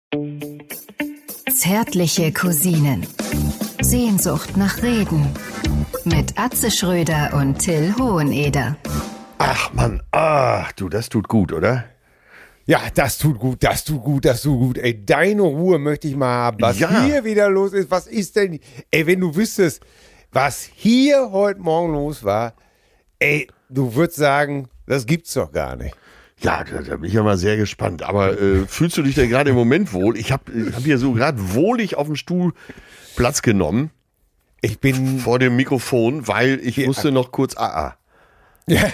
Zärtliche Cousinen. Sehnsucht nach Reden. Mit Atze Schröder und Till Hoheneder. Ach Mann, du, das tut gut, oder? Ja, das tut gut. Ey, deine Ruhe möchte ich mal haben. Was hier wieder los ist, was ist denn... Ey, wenn du wüsstest, was hier heute Morgen los war, ey, du würdest sagen, das gibt's doch gar nicht. Ja, da bin ich ja mal sehr gespannt. Aber fühlst du dich denn gerade im Moment wohl? Ich hab hier so gerade wohlig auf dem Stuhl Platz genommen. Ich bin... Vor dem Mikrofon, weil ich musste noch kurz Ja.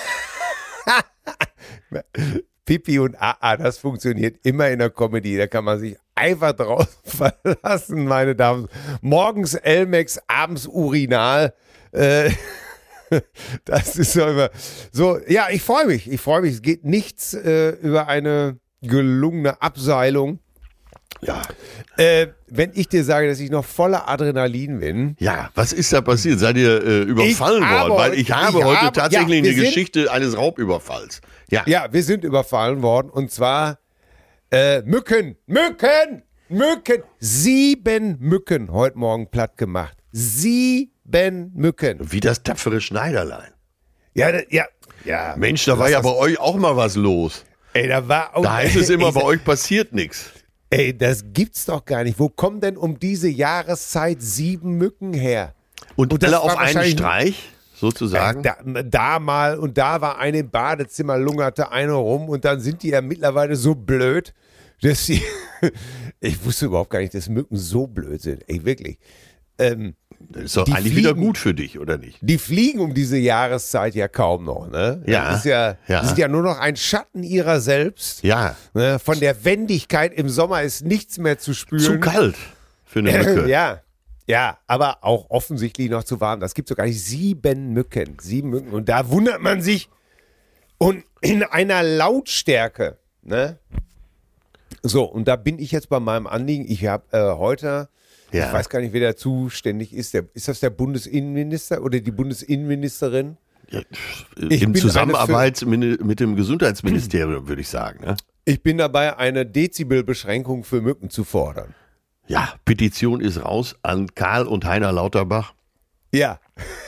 Pipi und das funktioniert immer in der Comedy. Da kann man sich einfach drauf verlassen, meine Damen. Morgens Elmex, abends Urinal. Das ist doch immer so. Ja, ich freue mich. Es geht nichts über eine gelungene Abseilung. Ja. Wenn ich dir sage, dass ich noch voller Adrenalin bin. Ja, was ist da passiert? Seid ihr überfallen worden? Weil ich habe heute tatsächlich eine Geschichte eines Raubüberfalls. Ja, wir sind überfallen worden und zwar Mücken. 7 Mücken heute Morgen platt gemacht. 7 Mücken. Wie das tapfere Schneiderlein. Ja. Mensch, da war ja bei euch auch mal was los. Ey, da heißt es immer, bei euch passiert nichts. Ey, das gibt's doch gar nicht. Wo kommen denn um diese Jahreszeit 7 Mücken her? Und alle auf einen Streich, sozusagen? Da mal und da war eine im Badezimmer, lungerte eine rum und dann sind die ja mittlerweile so blöd, dass sie... Ich wusste überhaupt gar nicht, dass Mücken so blöd sind. Ey, wirklich. Das ist doch eigentlich wieder gut für dich, oder nicht? Die fliegen um diese Jahreszeit ja kaum noch, ne? Ja. Das ist ja nur noch ein Schatten ihrer selbst. Ja. Ne? Von der Wendigkeit im Sommer ist nichts mehr zu spüren. Zu kalt für eine Mücke. Ja, aber auch offensichtlich noch zu warm. Das gibt sogar nicht 7 Mücken. 7 Mücken. Und da wundert man sich. Und in einer Lautstärke, ne? So, und da bin ich jetzt bei meinem Anliegen. Ich habe heute... Ja. Ich weiß gar nicht, wer da zuständig ist. Ist das der Bundesinnenminister oder die Bundesinnenministerin? Ja, in Zusammenarbeit mit dem Gesundheitsministerium, würde ich sagen. Ne? Ich bin dabei, eine Dezibelbeschränkung für Mücken zu fordern. Ja, Petition ist raus an Karl und Heiner Lauterbach. Ja,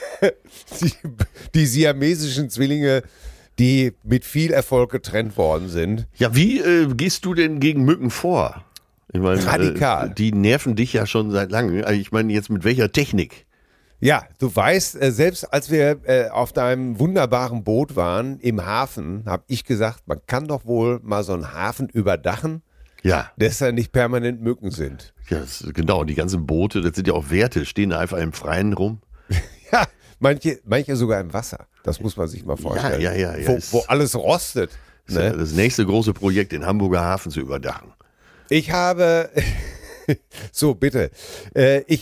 die siamesischen Zwillinge, die mit viel Erfolg getrennt worden sind. Ja, wie gehst du denn gegen Mücken vor? Ich meine, radikal. Die nerven dich ja schon seit langem. Ich meine, jetzt mit welcher Technik? Ja, du weißt, selbst als wir auf deinem wunderbaren Boot waren im Hafen, habe ich gesagt, man kann doch wohl mal so einen Hafen überdachen, dass da nicht permanent Mücken sind. Ja, genau. Die ganzen Boote, das sind ja auch Werte, stehen da einfach im Freien rum. Ja, manche sogar im Wasser. Das muss man sich mal vorstellen. Ja. Wo alles rostet. Ne? Das nächste große Projekt, den Hamburger Hafen zu überdachen. Ich habe, so bitte, wenn ich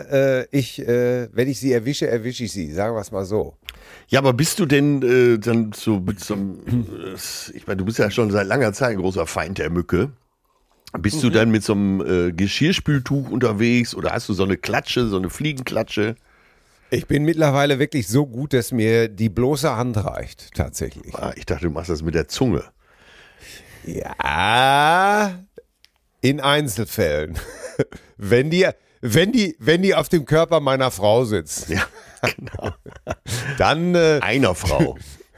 sie erwische ich sie, sagen wir es mal so. Ja, aber bist du denn dann so mit so einem, ich meine, du bist ja schon seit langer Zeit ein großer Feind der Mücke. Bist du dann mit so einem Geschirrspültuch unterwegs oder hast du so eine Klatsche, so eine Fliegenklatsche? Ich bin mittlerweile wirklich so gut, dass mir die bloße Hand reicht, tatsächlich. Ich dachte, du machst das mit der Zunge. Ja... In Einzelfällen. Wenn die auf dem Körper meiner Frau sitzt. Ja, genau. Dann. Einer Frau.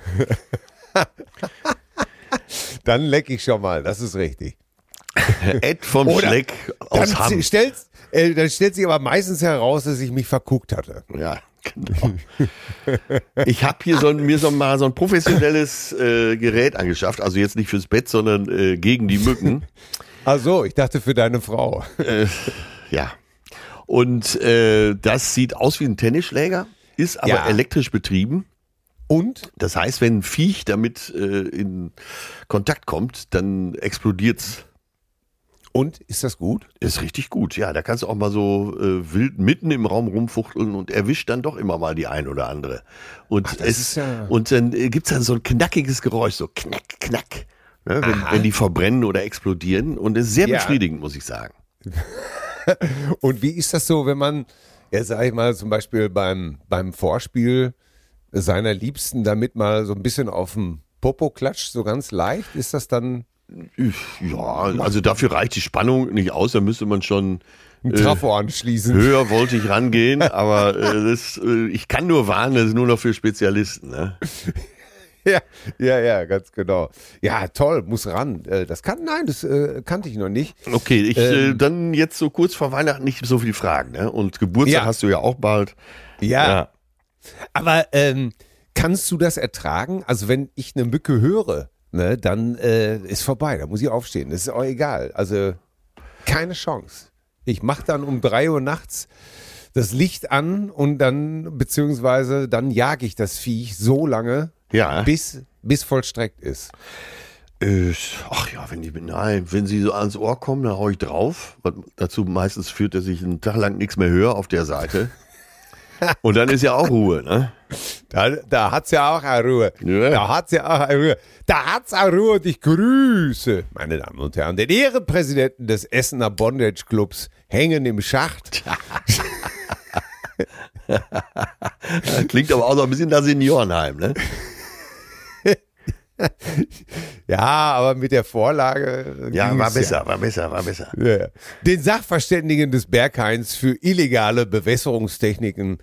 Dann leck ich schon mal, das ist richtig. Ed vom Schleck aus Hamm. Dann stellt sich aber meistens heraus, dass ich mich verguckt hatte. Ja, genau. Ich habe hier mal so ein professionelles Gerät angeschafft. Also jetzt nicht fürs Bett, sondern gegen die Mücken. Ach so, ich dachte für deine Frau. Ja. Und das sieht aus wie ein Tennisschläger, ist aber elektrisch betrieben. Und? Das heißt, wenn ein Viech damit in Kontakt kommt, dann explodiert's. Und? Ist das gut? Ist richtig gut, ja. Da kannst du auch mal so wild mitten im Raum rumfuchteln und erwischt dann doch immer mal die ein oder andere. Und, und dann gibt's dann so ein knackiges Geräusch, so knack, knack. Ne, wenn die verbrennen oder explodieren. Und es ist sehr befriedigend, muss ich sagen. Und wie ist das so, wenn man, sag ich mal, zum Beispiel beim Vorspiel seiner Liebsten damit mal so ein bisschen auf dem Popo klatscht, so ganz leicht? Ist das dann Ja, also dafür reicht die Spannung nicht aus, da müsste man schon ein Trafo anschließen. Höher wollte ich rangehen, aber ich kann nur warnen, das ist nur noch für Spezialisten. Ne? Ja, ganz genau. Ja, toll, muss ran. Das kannte ich noch nicht. Okay, dann jetzt so kurz vor Weihnachten nicht so viel Fragen. Ne? Und Geburtstag hast du ja auch bald. Ja. Aber kannst du das ertragen? Also wenn ich eine Mücke höre, ne, dann ist vorbei, da muss ich aufstehen. Das ist auch egal. Also keine Chance. Ich mache dann um 3 Uhr nachts das Licht an und dann, beziehungsweise dann jage ich das Viech so lange, bis vollstreckt ist. Ach ja, wenn sie so ans Ohr kommen, dann hau ich drauf. Was dazu meistens führt, dass ich einen Tag lang nichts mehr höre auf der Seite. Und dann ist ja auch Ruhe, ne? Da hat's ja auch eine Ruhe. Ja. Da hat's auch Ruhe und ich grüße, meine Damen und Herren, den Ehrenpräsidenten des Essener Bondage Clubs hängen im Schacht. Klingt aber auch so ein bisschen nach Seniorenheim, ne? Ja, aber mit der Vorlage. Ja, war besser. Ja. Den Sachverständigen des Berghains für illegale Bewässerungstechniken,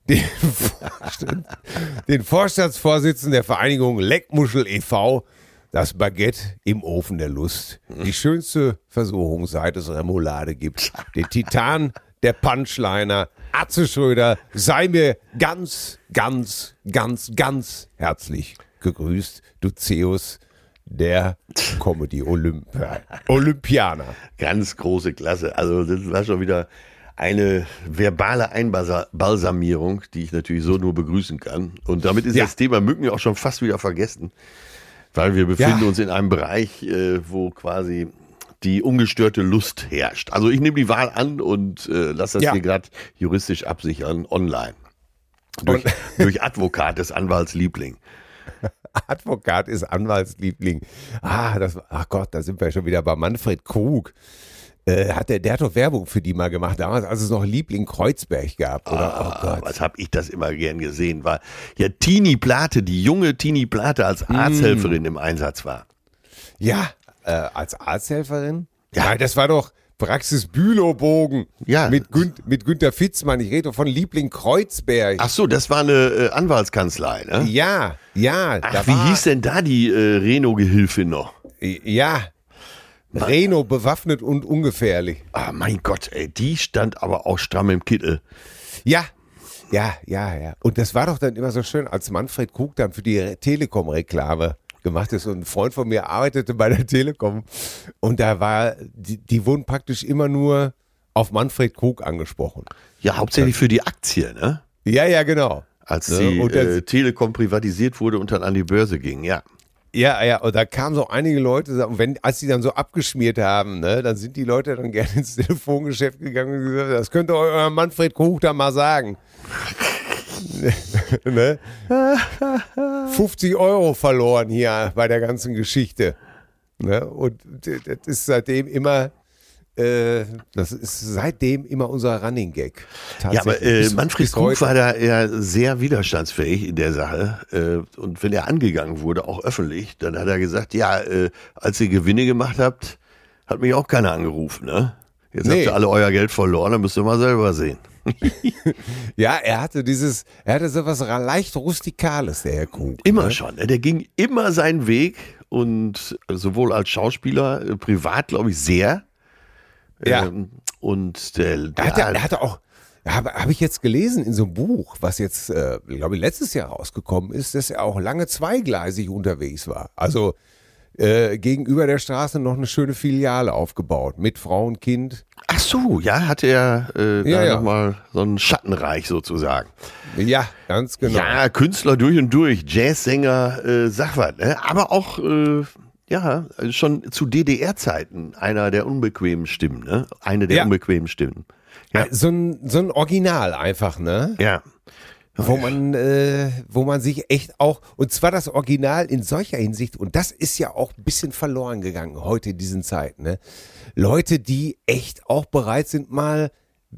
den Vorstandsvorsitzenden der Vereinigung Leckmuschel e.V., das Baguette im Ofen der Lust, die schönste Versuchung, seit es Remoulade gibt, den Titan der Punchliner, Atze Schröder, sei mir ganz herzlich gegrüßt, du Zeus der Comedy-Olympianer. Ganz große Klasse. Also das war schon wieder eine verbale Einbalsamierung, die ich natürlich so nur begrüßen kann. Und damit ist das Thema Mücken auch schon fast wieder vergessen, weil wir befinden uns in einem Bereich, wo quasi die ungestörte Lust herrscht. Also ich nehme die Wahl an und lasse das hier gerade juristisch absichern, online. Durch Advokat des Anwaltsliebling. Advokat ist Anwaltsliebling. Ach Gott, da sind wir schon wieder bei Manfred Krug. Der hat doch Werbung für die mal gemacht, damals, als es noch Liebling Kreuzberg gab. Oder? Was habe ich das immer gern gesehen, war ja Tini Plate, die junge Tini Plate als Arzthelferin im Einsatz war. Ja, als Arzthelferin? Ja, das war doch Praxis Bülowbogen mit Günter Fitzmann. Ich rede von Liebling Kreuzberg. Ach so, das war eine Anwaltskanzlei, ne? Ja. Ach, wie hieß denn da die Reno-Gehilfin noch? Ja, Reno, bewaffnet und ungefährlich. Ah, mein Gott, ey, die stand aber auch stramm im Kittel. Ja. Und das war doch dann immer so schön, als Manfred Krug dann für die Telekom-Reklame gemacht ist und ein Freund von mir arbeitete bei der Telekom und da war, die wurden praktisch immer nur auf Manfred Krug angesprochen. Ja, hauptsächlich für die Aktie, ne? Ja, genau. Als die Telekom privatisiert wurde und dann an die Börse ging, ja. Ja, und da kamen so einige Leute, und als die dann so abgeschmiert haben, ne, dann sind die Leute dann gerne ins Telefongeschäft gegangen und gesagt, das könnt ihr euer Manfred Krug da mal sagen. Ne? 50 € verloren hier bei der ganzen Geschichte. Ne? Und das ist seitdem immer unser Running Gag. Ja, aber Manfred Krug war da eher sehr widerstandsfähig in der Sache. Und wenn er angegangen wurde, auch öffentlich, dann hat er gesagt, als ihr Gewinne gemacht habt, hat mich auch keiner angerufen. Ne? Jetzt habt ihr alle euer Geld verloren, dann müsst ihr mal selber sehen. Ja, er hatte so was leicht Rustikales, der Herr Krug. Immer schon. Der ging immer seinen Weg und sowohl als Schauspieler, privat, glaube ich, sehr. Ja. Und er hatte auch, habe ich jetzt gelesen in so einem Buch, was jetzt, glaube ich, letztes Jahr rausgekommen ist, dass er auch lange zweigleisig unterwegs war. Also gegenüber der Straße noch eine schöne Filiale aufgebaut mit Frau und Kind. Ach so, ja, hatte er nochmal so ein Schattenreich sozusagen. Ja, ganz genau. Ja, Künstler durch und durch, Jazzsänger, sag was, ne? Aber auch, schon zu DDR-Zeiten einer der unbequemen Stimmen, ne? Eine der unbequemen Stimmen. Ja. So ein Original einfach, ne? Ja. Wo man sich echt auch, und zwar das Original in solcher Hinsicht, und das ist ja auch ein bisschen verloren gegangen heute in diesen Zeiten, ne? Leute, die echt auch bereit sind, mal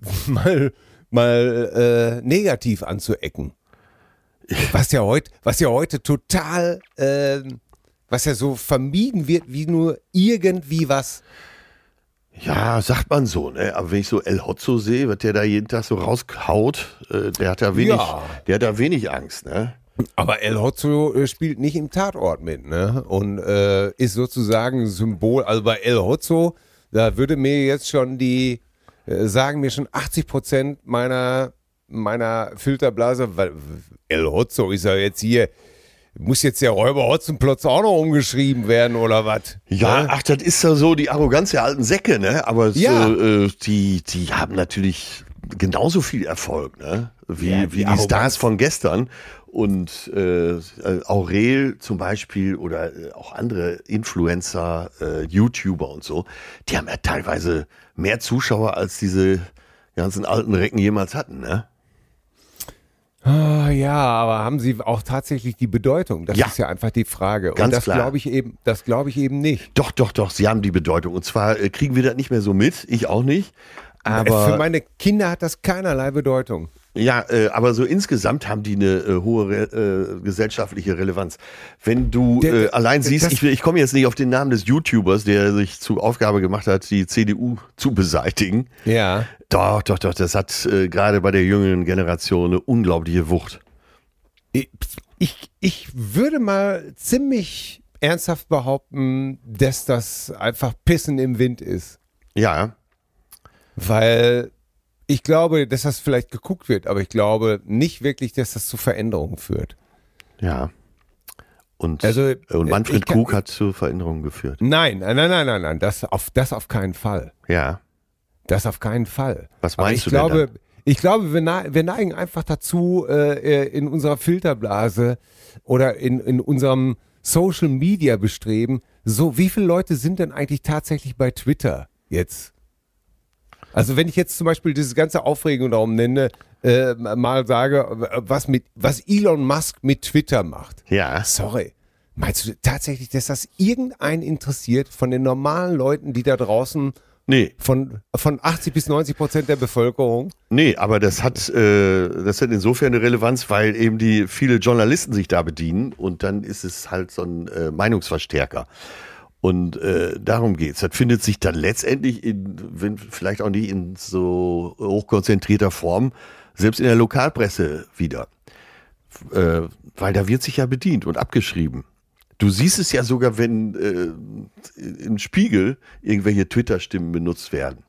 negativ anzuecken. Was ja heute total, was ja so vermieden wird, wie nur irgendwie was. Ja, sagt man so, ne? Aber wenn ich so El Hotzo sehe, was der da jeden Tag so raushaut, der hat da wenig Angst, ne? Aber El Hotzo spielt nicht im Tatort mit, ne? Und ist sozusagen ein Symbol. Also bei El Hotzo, da würde mir jetzt schon sagen mir schon 80% meiner Filterblase, weil El Hotzo ist ja jetzt hier, muss jetzt der Räuber Hotzenplotz auch noch umgeschrieben werden oder was? Ja, ach, das ist ja so die Arroganz der alten Säcke, ne? Aber die haben natürlich genauso viel Erfolg, ne? Wie die Stars von gestern. Und Aurel zum Beispiel oder auch andere Influencer, YouTuber und so, die haben ja teilweise mehr Zuschauer, als diese ganzen alten Recken jemals hatten, ne? Ah, ja, aber haben sie auch tatsächlich die Bedeutung? Das ist ja einfach die Frage. Ganz und das klar. glaube ich eben nicht. Doch, sie haben die Bedeutung. Und zwar kriegen wir das nicht mehr so mit, ich auch nicht. Aber für meine Kinder hat das keinerlei Bedeutung. Ja, aber so insgesamt haben die eine hohe gesellschaftliche Relevanz. Wenn du allein siehst, ich komme jetzt nicht auf den Namen des YouTubers, der sich zur Aufgabe gemacht hat, die CDU zu beseitigen. Ja. Doch, das hat gerade bei der jüngeren Generation eine unglaubliche Wucht. Ich würde mal ziemlich ernsthaft behaupten, dass das einfach Pissen im Wind ist. Ja. Weil ich glaube, dass das vielleicht geguckt wird, aber ich glaube nicht wirklich, dass das zu Veränderungen führt. Ja. Und und Manfred Krug hat zu Veränderungen geführt. Nein, das auf keinen Fall. Ja. Das auf keinen Fall. Was meinst du denn? Dann? Ich glaube, wir neigen einfach dazu, in unserer Filterblase oder in unserem Social Media Bestreben, so, wie viele Leute sind denn eigentlich tatsächlich bei Twitter jetzt? Also wenn ich jetzt zum Beispiel diese ganze Aufregung darum nenne, mal sage, was Elon Musk mit Twitter macht. Ja. Sorry. Meinst du tatsächlich, dass das irgendeinen interessiert von den normalen Leuten, die da draußen von 80 bis 90% der Bevölkerung? Nee, aber das hat insofern eine Relevanz, weil eben viele Journalisten sich da bedienen und dann ist es halt so ein Meinungsverstärker. Und darum geht's. Das findet sich dann letztendlich vielleicht auch nicht in so hochkonzentrierter Form, selbst in der Lokalpresse wieder. Weil da wird sich ja bedient und abgeschrieben. Du siehst es ja sogar, wenn im Spiegel irgendwelche Twitter-Stimmen benutzt werden.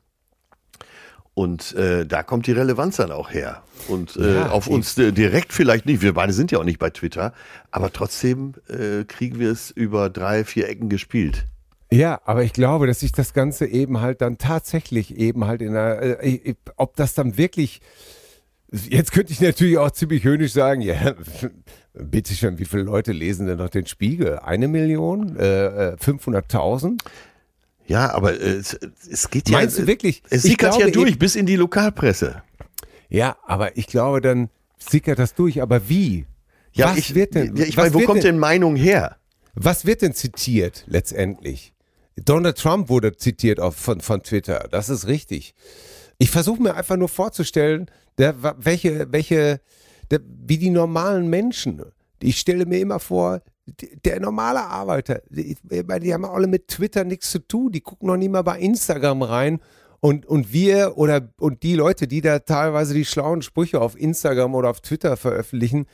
Und da kommt die Relevanz dann auch her. Und auf uns direkt vielleicht nicht. Wir beide sind ja auch nicht bei Twitter. Aber trotzdem kriegen wir es über 3-4 Ecken gespielt. Ja, aber ich glaube, dass sich das Ganze eben halt dann tatsächlich eben halt ob das dann wirklich, jetzt könnte ich natürlich auch ziemlich höhnisch sagen, ja, bitte schön, wie viele Leute lesen denn noch den Spiegel? 1 Million? 500.000? Ja, aber es geht ja. Meinst du wirklich? Es sickert ja durch bis in die Lokalpresse. Ja, aber ich glaube, dann sickert das durch. Aber wie? Ja, wird denn? Ja, ich meine, wo kommt denn Meinung her? Was wird denn zitiert letztendlich? Donald Trump wurde zitiert von Twitter. Das ist richtig. Ich versuche mir einfach nur vorzustellen, wie die normalen Menschen. Ich stelle mir immer vor, der normale Arbeiter, die haben alle mit Twitter nichts zu tun, die gucken noch nie mal bei Instagram rein und die Leute, die da teilweise die schlauen Sprüche auf Instagram oder auf Twitter veröffentlichen,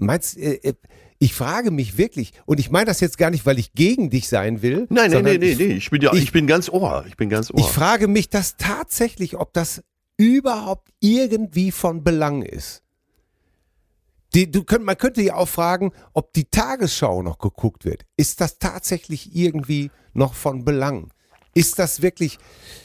ich frage mich wirklich, und ich meine das jetzt gar nicht, weil ich gegen dich sein will. Nein, ich bin ganz Ohr. Ich frage mich das tatsächlich, ob das überhaupt irgendwie von Belang ist. Man könnte ja auch fragen, ob die Tagesschau noch geguckt wird. Ist das tatsächlich irgendwie noch von Belang? Ist das wirklich,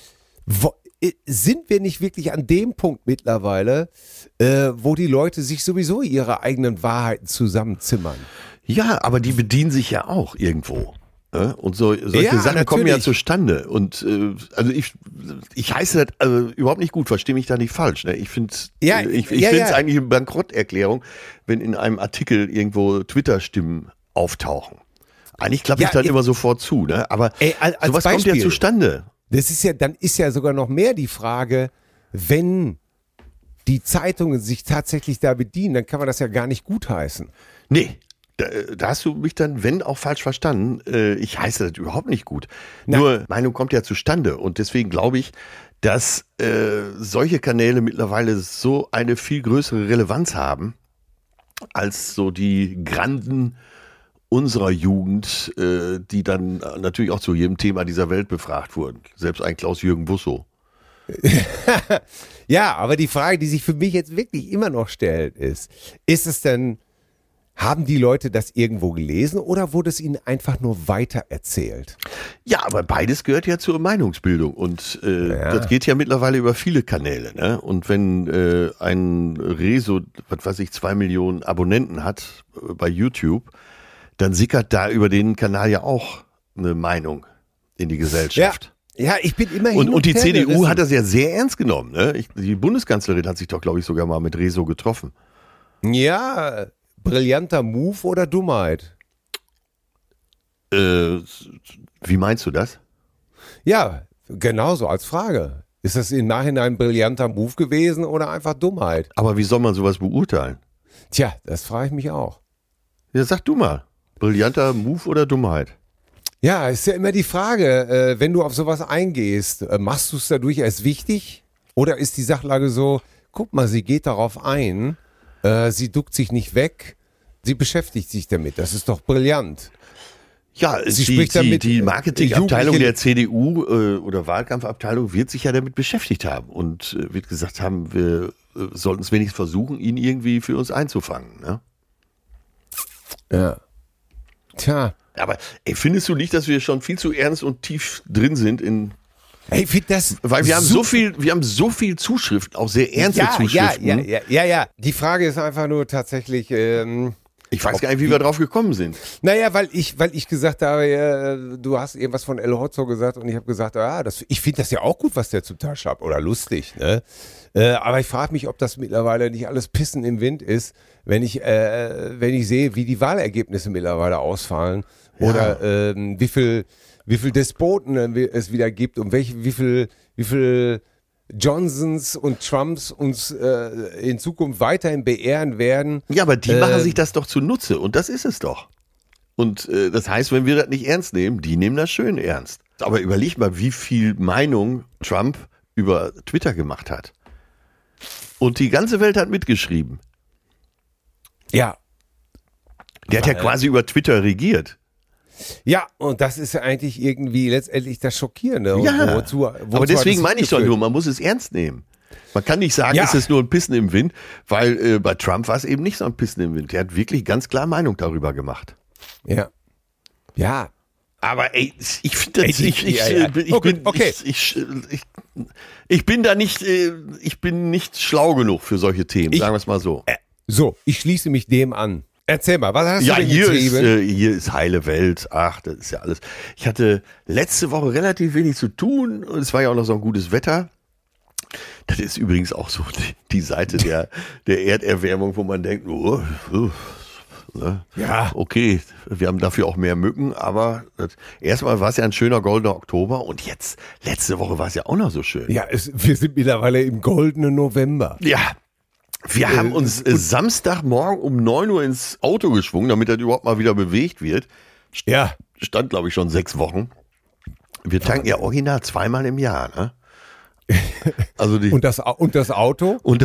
sind wir nicht wirklich an dem Punkt mittlerweile, wo die Leute sich sowieso ihre eigenen Wahrheiten zusammenzimmern? Ja, aber die bedienen sich ja auch irgendwo. Und solche Sachen natürlich. kommen ja zustande. Und also ich heiße das überhaupt nicht gut, verstehe mich da nicht falsch. Ne? Ich finde es eigentlich eine Bankrotterklärung, wenn in einem Artikel irgendwo Twitter-Stimmen auftauchen. Eigentlich klappe ich dann immer sofort zu, ne? Aber sowas kommt ja zustande. Dann ist ja sogar noch mehr die Frage, wenn die Zeitungen sich tatsächlich da bedienen, dann kann man das ja gar nicht gutheißen. Nee. Da hast du mich dann, wenn auch falsch verstanden. Ich heiße das überhaupt nicht gut. Nur Meinung kommt ja zustande. Und deswegen glaube ich, dass solche Kanäle mittlerweile so eine viel größere Relevanz haben, als so die Granden unserer Jugend, die dann natürlich auch zu jedem Thema dieser Welt befragt wurden. Selbst ein Klaus-Jürgen Busso. Ja, aber die Frage, die sich für mich jetzt wirklich immer noch stellt, ist es denn, haben die Leute das irgendwo gelesen oder wurde es ihnen einfach nur weitererzählt? Ja, aber beides gehört ja zur Meinungsbildung und das geht ja mittlerweile über viele Kanäle. Ne? Und wenn ein Rezo, was weiß ich, 2 Millionen Abonnenten hat bei YouTube, dann sickert da über den Kanal ja auch eine Meinung in die Gesellschaft. Ja, ich bin immer hin und die CDU hat das ja sehr ernst genommen. Ne? Die Bundeskanzlerin hat sich doch, glaube ich, sogar mal mit Rezo getroffen. Ja, brillanter Move oder Dummheit? Wie meinst du das? Ja, genauso als Frage. Ist das im Nachhinein ein brillanter Move gewesen oder einfach Dummheit? Aber wie soll man sowas beurteilen? Tja, das frage ich mich auch. Ja, sag du mal. Brillanter Move oder Dummheit? Ja, ist ja immer die Frage, wenn du auf sowas eingehst, machst du es dadurch erst wichtig? Oder ist die Sachlage so, guck mal, sie geht darauf ein, sie duckt sich nicht weg, sie beschäftigt sich damit, das ist doch brillant. Ja, die Marketingabteilung der CDU oder Wahlkampfabteilung wird sich ja damit beschäftigt haben und wird gesagt haben, wir sollten es wenigstens versuchen, ihn irgendwie für uns einzufangen. Ne? Ja. Tja. Aber findest du nicht, dass wir schon viel zu ernst und tief drin sind in... Ich finde das... Weil wir haben so viel Zuschriften, auch sehr ernste Zuschriften. Ja. Die Frage ist einfach nur tatsächlich... ich weiß gar nicht, wie wir drauf gekommen sind. Naja, weil ich gesagt habe, du hast irgendwas von El Hotzo gesagt und ich habe gesagt, ich finde das ja auch gut, was der zu Tasche hat oder lustig, ne? Aber ich frage mich, ob das mittlerweile nicht alles Pissen im Wind ist, wenn ich sehe, wie die Wahlergebnisse mittlerweile ausfallen oder wie viel Despoten es wieder gibt und wie viel Johnsons und Trumps uns in Zukunft weiterhin beehren werden. Ja, aber die machen sich das doch zunutze und das ist es doch. Und das heißt, wenn wir das nicht ernst nehmen, die nehmen das schön ernst. Aber überleg mal, wie viel Meinung Trump über Twitter gemacht hat. Und die ganze Welt hat mitgeschrieben. Ja. Der hat ja quasi über Twitter regiert. Ja, und das ist ja eigentlich irgendwie letztendlich das Schockierende. Ja, aber deswegen meine ich doch nur, man muss es ernst nehmen. Man kann nicht sagen, es ist nur ein Pissen im Wind, weil bei Trump war es eben nicht so ein Pissen im Wind. Der hat wirklich ganz klar Meinung darüber gemacht. Ja. Ja. Aber ich finde das, ich bin da nicht, ich bin nicht schlau genug für solche Themen, sagen wir es mal so. So, ich schließe mich dem an. Erzähl mal, was hast du denn getrieben? Hier ist heile Welt. Ach, das ist ja alles. Ich hatte letzte Woche relativ wenig zu tun und es war ja auch noch so ein gutes Wetter. Das ist übrigens auch so die Seite der Erderwärmung, wo man denkt, ne? Ja, okay, wir haben dafür auch mehr Mücken, aber erstmal war es ja ein schöner goldener Oktober und jetzt, letzte Woche war es ja auch noch so schön. Ja, wir sind mittlerweile im goldenen November. Ja, wir haben uns Samstagmorgen um 9 Uhr ins Auto geschwungen, damit das überhaupt mal wieder bewegt wird. Ja. Stand, glaube ich, schon 6 Wochen. Wir tanken ja original 2-mal im Jahr, ne? Also und das Auto? Und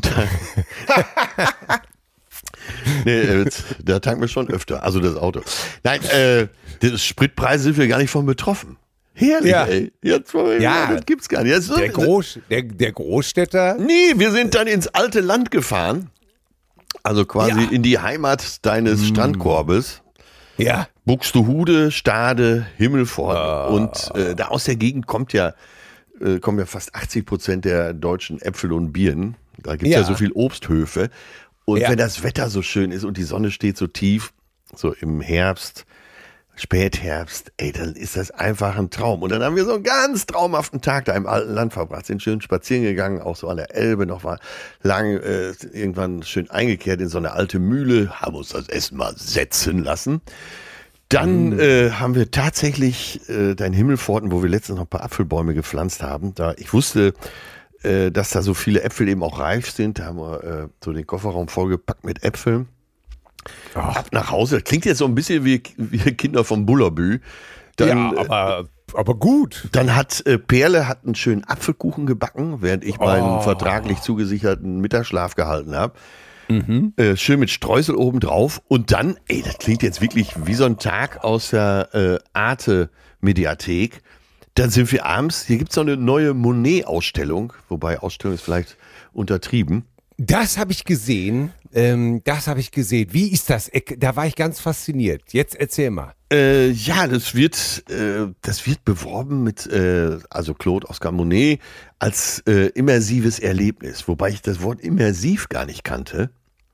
nee, da tanken wir schon öfter, also das Auto. Nein, die Spritpreise sind wir gar nicht von betroffen. Herrlich, ey. Das gibt's gar nicht. So, der Großstädter? Nee, wir sind dann ins alte Land gefahren. Also quasi in die Heimat deines Strandkorbes. Ja. Buxtehude, Stade, Himmelpforten. Und da aus der Gegend kommen ja fast 80% der deutschen Äpfel und Birnen. Da gibt's ja so viel Obsthöfe. Und wenn das Wetter so schön ist und die Sonne steht so tief, so im Herbst, Spätherbst, dann ist das einfach ein Traum. Und dann haben wir so einen ganz traumhaften Tag da im alten Land verbracht, sind schön spazieren gegangen, auch so an der Elbe noch mal lang, irgendwann schön eingekehrt in so eine alte Mühle, haben uns das Essen mal setzen lassen. Dann haben wir tatsächlich dein Himmelpforten, wo wir letztens noch ein paar Apfelbäume gepflanzt haben. Ich wusste, dass da so viele Äpfel eben auch reif sind. Da haben wir so den Kofferraum vollgepackt mit Äpfeln. Ab nach Hause. Klingt jetzt so ein bisschen wie Kinder vom Bullerbü. Dann, ja, aber gut. Dann hat Perle einen schönen Apfelkuchen gebacken, während ich meinen vertraglich zugesicherten Mittagsschlaf gehalten habe. Schön mit Streusel oben drauf. Und dann, das klingt jetzt wirklich wie so ein Tag aus der Arte-Mediathek. Dann sind wir abends, hier gibt es noch eine neue Monet-Ausstellung, wobei Ausstellung ist vielleicht untertrieben. Das habe ich gesehen. Wie ist das? Da war ich ganz fasziniert. Jetzt erzähl mal. Ja, das wird beworben mit, also Claude Oscar Monet als immersives Erlebnis, wobei ich das Wort immersiv gar nicht kannte.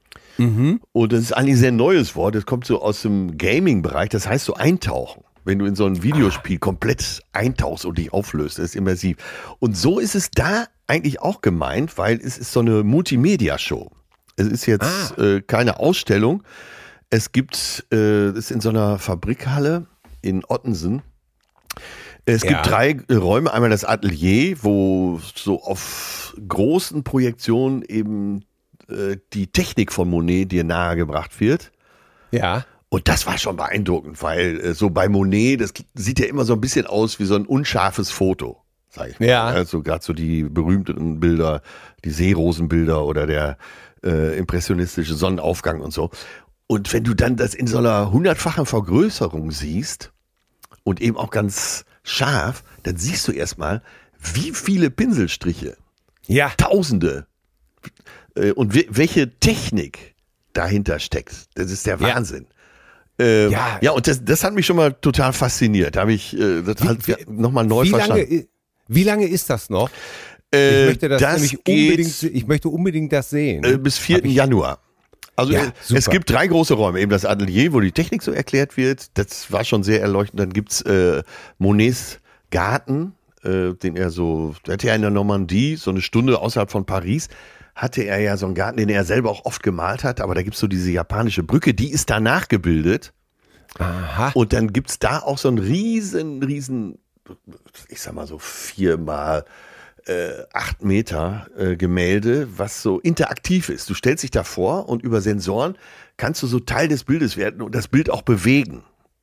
Und das ist eigentlich ein sehr neues Wort. Das kommt so aus dem Gaming-Bereich. Das heißt so eintauchen. Wenn du in so ein Videospiel komplett eintauchst und dich auflöst, das ist immersiv. Und so ist es da eigentlich auch gemeint, weil es ist so eine Multimedia-Show. Es ist jetzt keine Ausstellung. Es gibt, ist in so einer Fabrikhalle in Ottensen. Es gibt 3 Räume. Einmal das Atelier, wo so auf großen Projektionen eben die Technik von Monet dir nahegebracht wird. Ja. Und das war schon beeindruckend, weil so bei Monet, das sieht ja immer so ein bisschen aus wie so ein unscharfes Foto, sag ich mal. Ja. Also gerade so die berühmten Bilder, die Seerosenbilder oder der impressionistische Sonnenaufgang und so. Und wenn du dann das in so einer 100-fachen Vergrößerung siehst und eben auch ganz scharf, dann siehst du erstmal, wie viele Pinselstriche, Tausende und welche Technik dahinter steckt. Das ist der Wahnsinn. Ja, und das hat mich schon mal total fasziniert. Da habe ich das halt nochmal neu verstanden. Wie lange ist das noch? Ich möchte das nämlich ich möchte unbedingt das sehen. Bis 4. Januar. Also es gibt 3 große Räume. Eben das Atelier, wo die Technik so erklärt wird. Das war schon sehr erleuchtend. Dann gibt's Monets Garten, der hat ja in der Normandie, so eine Stunde außerhalb von Paris, hatte er ja so einen Garten, den er selber auch oft gemalt hat. Aber da gibt's so diese japanische Brücke, die ist da nachgebildet. Aha. Und dann gibt's da auch so ein riesen, ich sag mal so 4 mal 8 Meter Gemälde, was so interaktiv ist. Du stellst dich da vor und über Sensoren kannst du so Teil des Bildes werden und das Bild auch bewegen.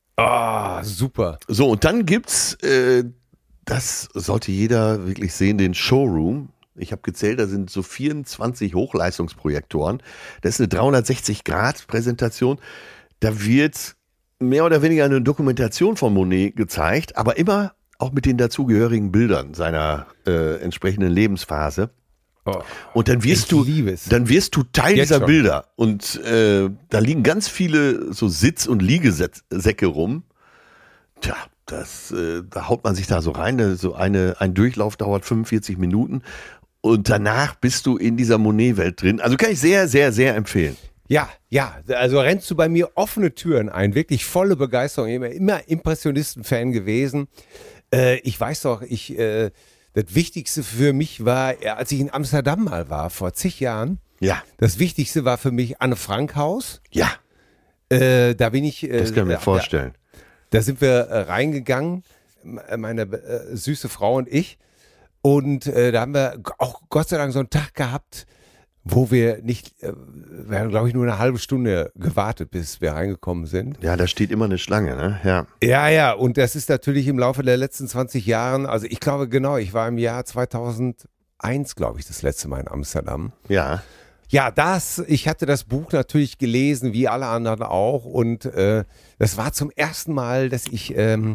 Super. So, und dann gibt's, das sollte jeder wirklich sehen, den Showroom. Ich habe gezählt, da sind so 24 Hochleistungsprojektoren. Das ist eine 360-Grad-Präsentation. Da wird mehr oder weniger eine Dokumentation von Monet gezeigt, aber immer auch mit den dazugehörigen Bildern seiner entsprechenden Lebensphase. Und dann wirst du Teil dieser Bilder. Und da liegen ganz viele so Sitz- und Liegesäcke rum. Tja, da haut man sich da so rein. Ein Durchlauf dauert 45 Minuten. Und danach bist du in dieser Monet-Welt drin. Also kann ich sehr, sehr, sehr empfehlen. Ja, also rennst du bei mir offene Türen ein. Wirklich volle Begeisterung. Immer Impressionisten-Fan gewesen. Ich weiß doch, das Wichtigste für mich war, als ich in Amsterdam mal war, vor zig Jahren. Ja. Das Wichtigste war für mich Anne Frank Haus. Ja. Da bin ich. Das kann ich mir vorstellen. Da sind wir reingegangen, meine süße Frau und ich. Und da haben wir auch Gott sei Dank so einen Tag gehabt, wo wir haben, glaube ich, nur eine halbe Stunde gewartet, bis wir reingekommen sind. Ja, da steht immer eine Schlange, ne? Ja. Ja, und das ist natürlich im Laufe der letzten 20 Jahren, also ich glaube genau, ich war im Jahr 2001, glaube ich, das letzte Mal in Amsterdam. Ja. Ja, ich hatte das Buch natürlich gelesen, wie alle anderen auch, und das war zum ersten Mal, dass ich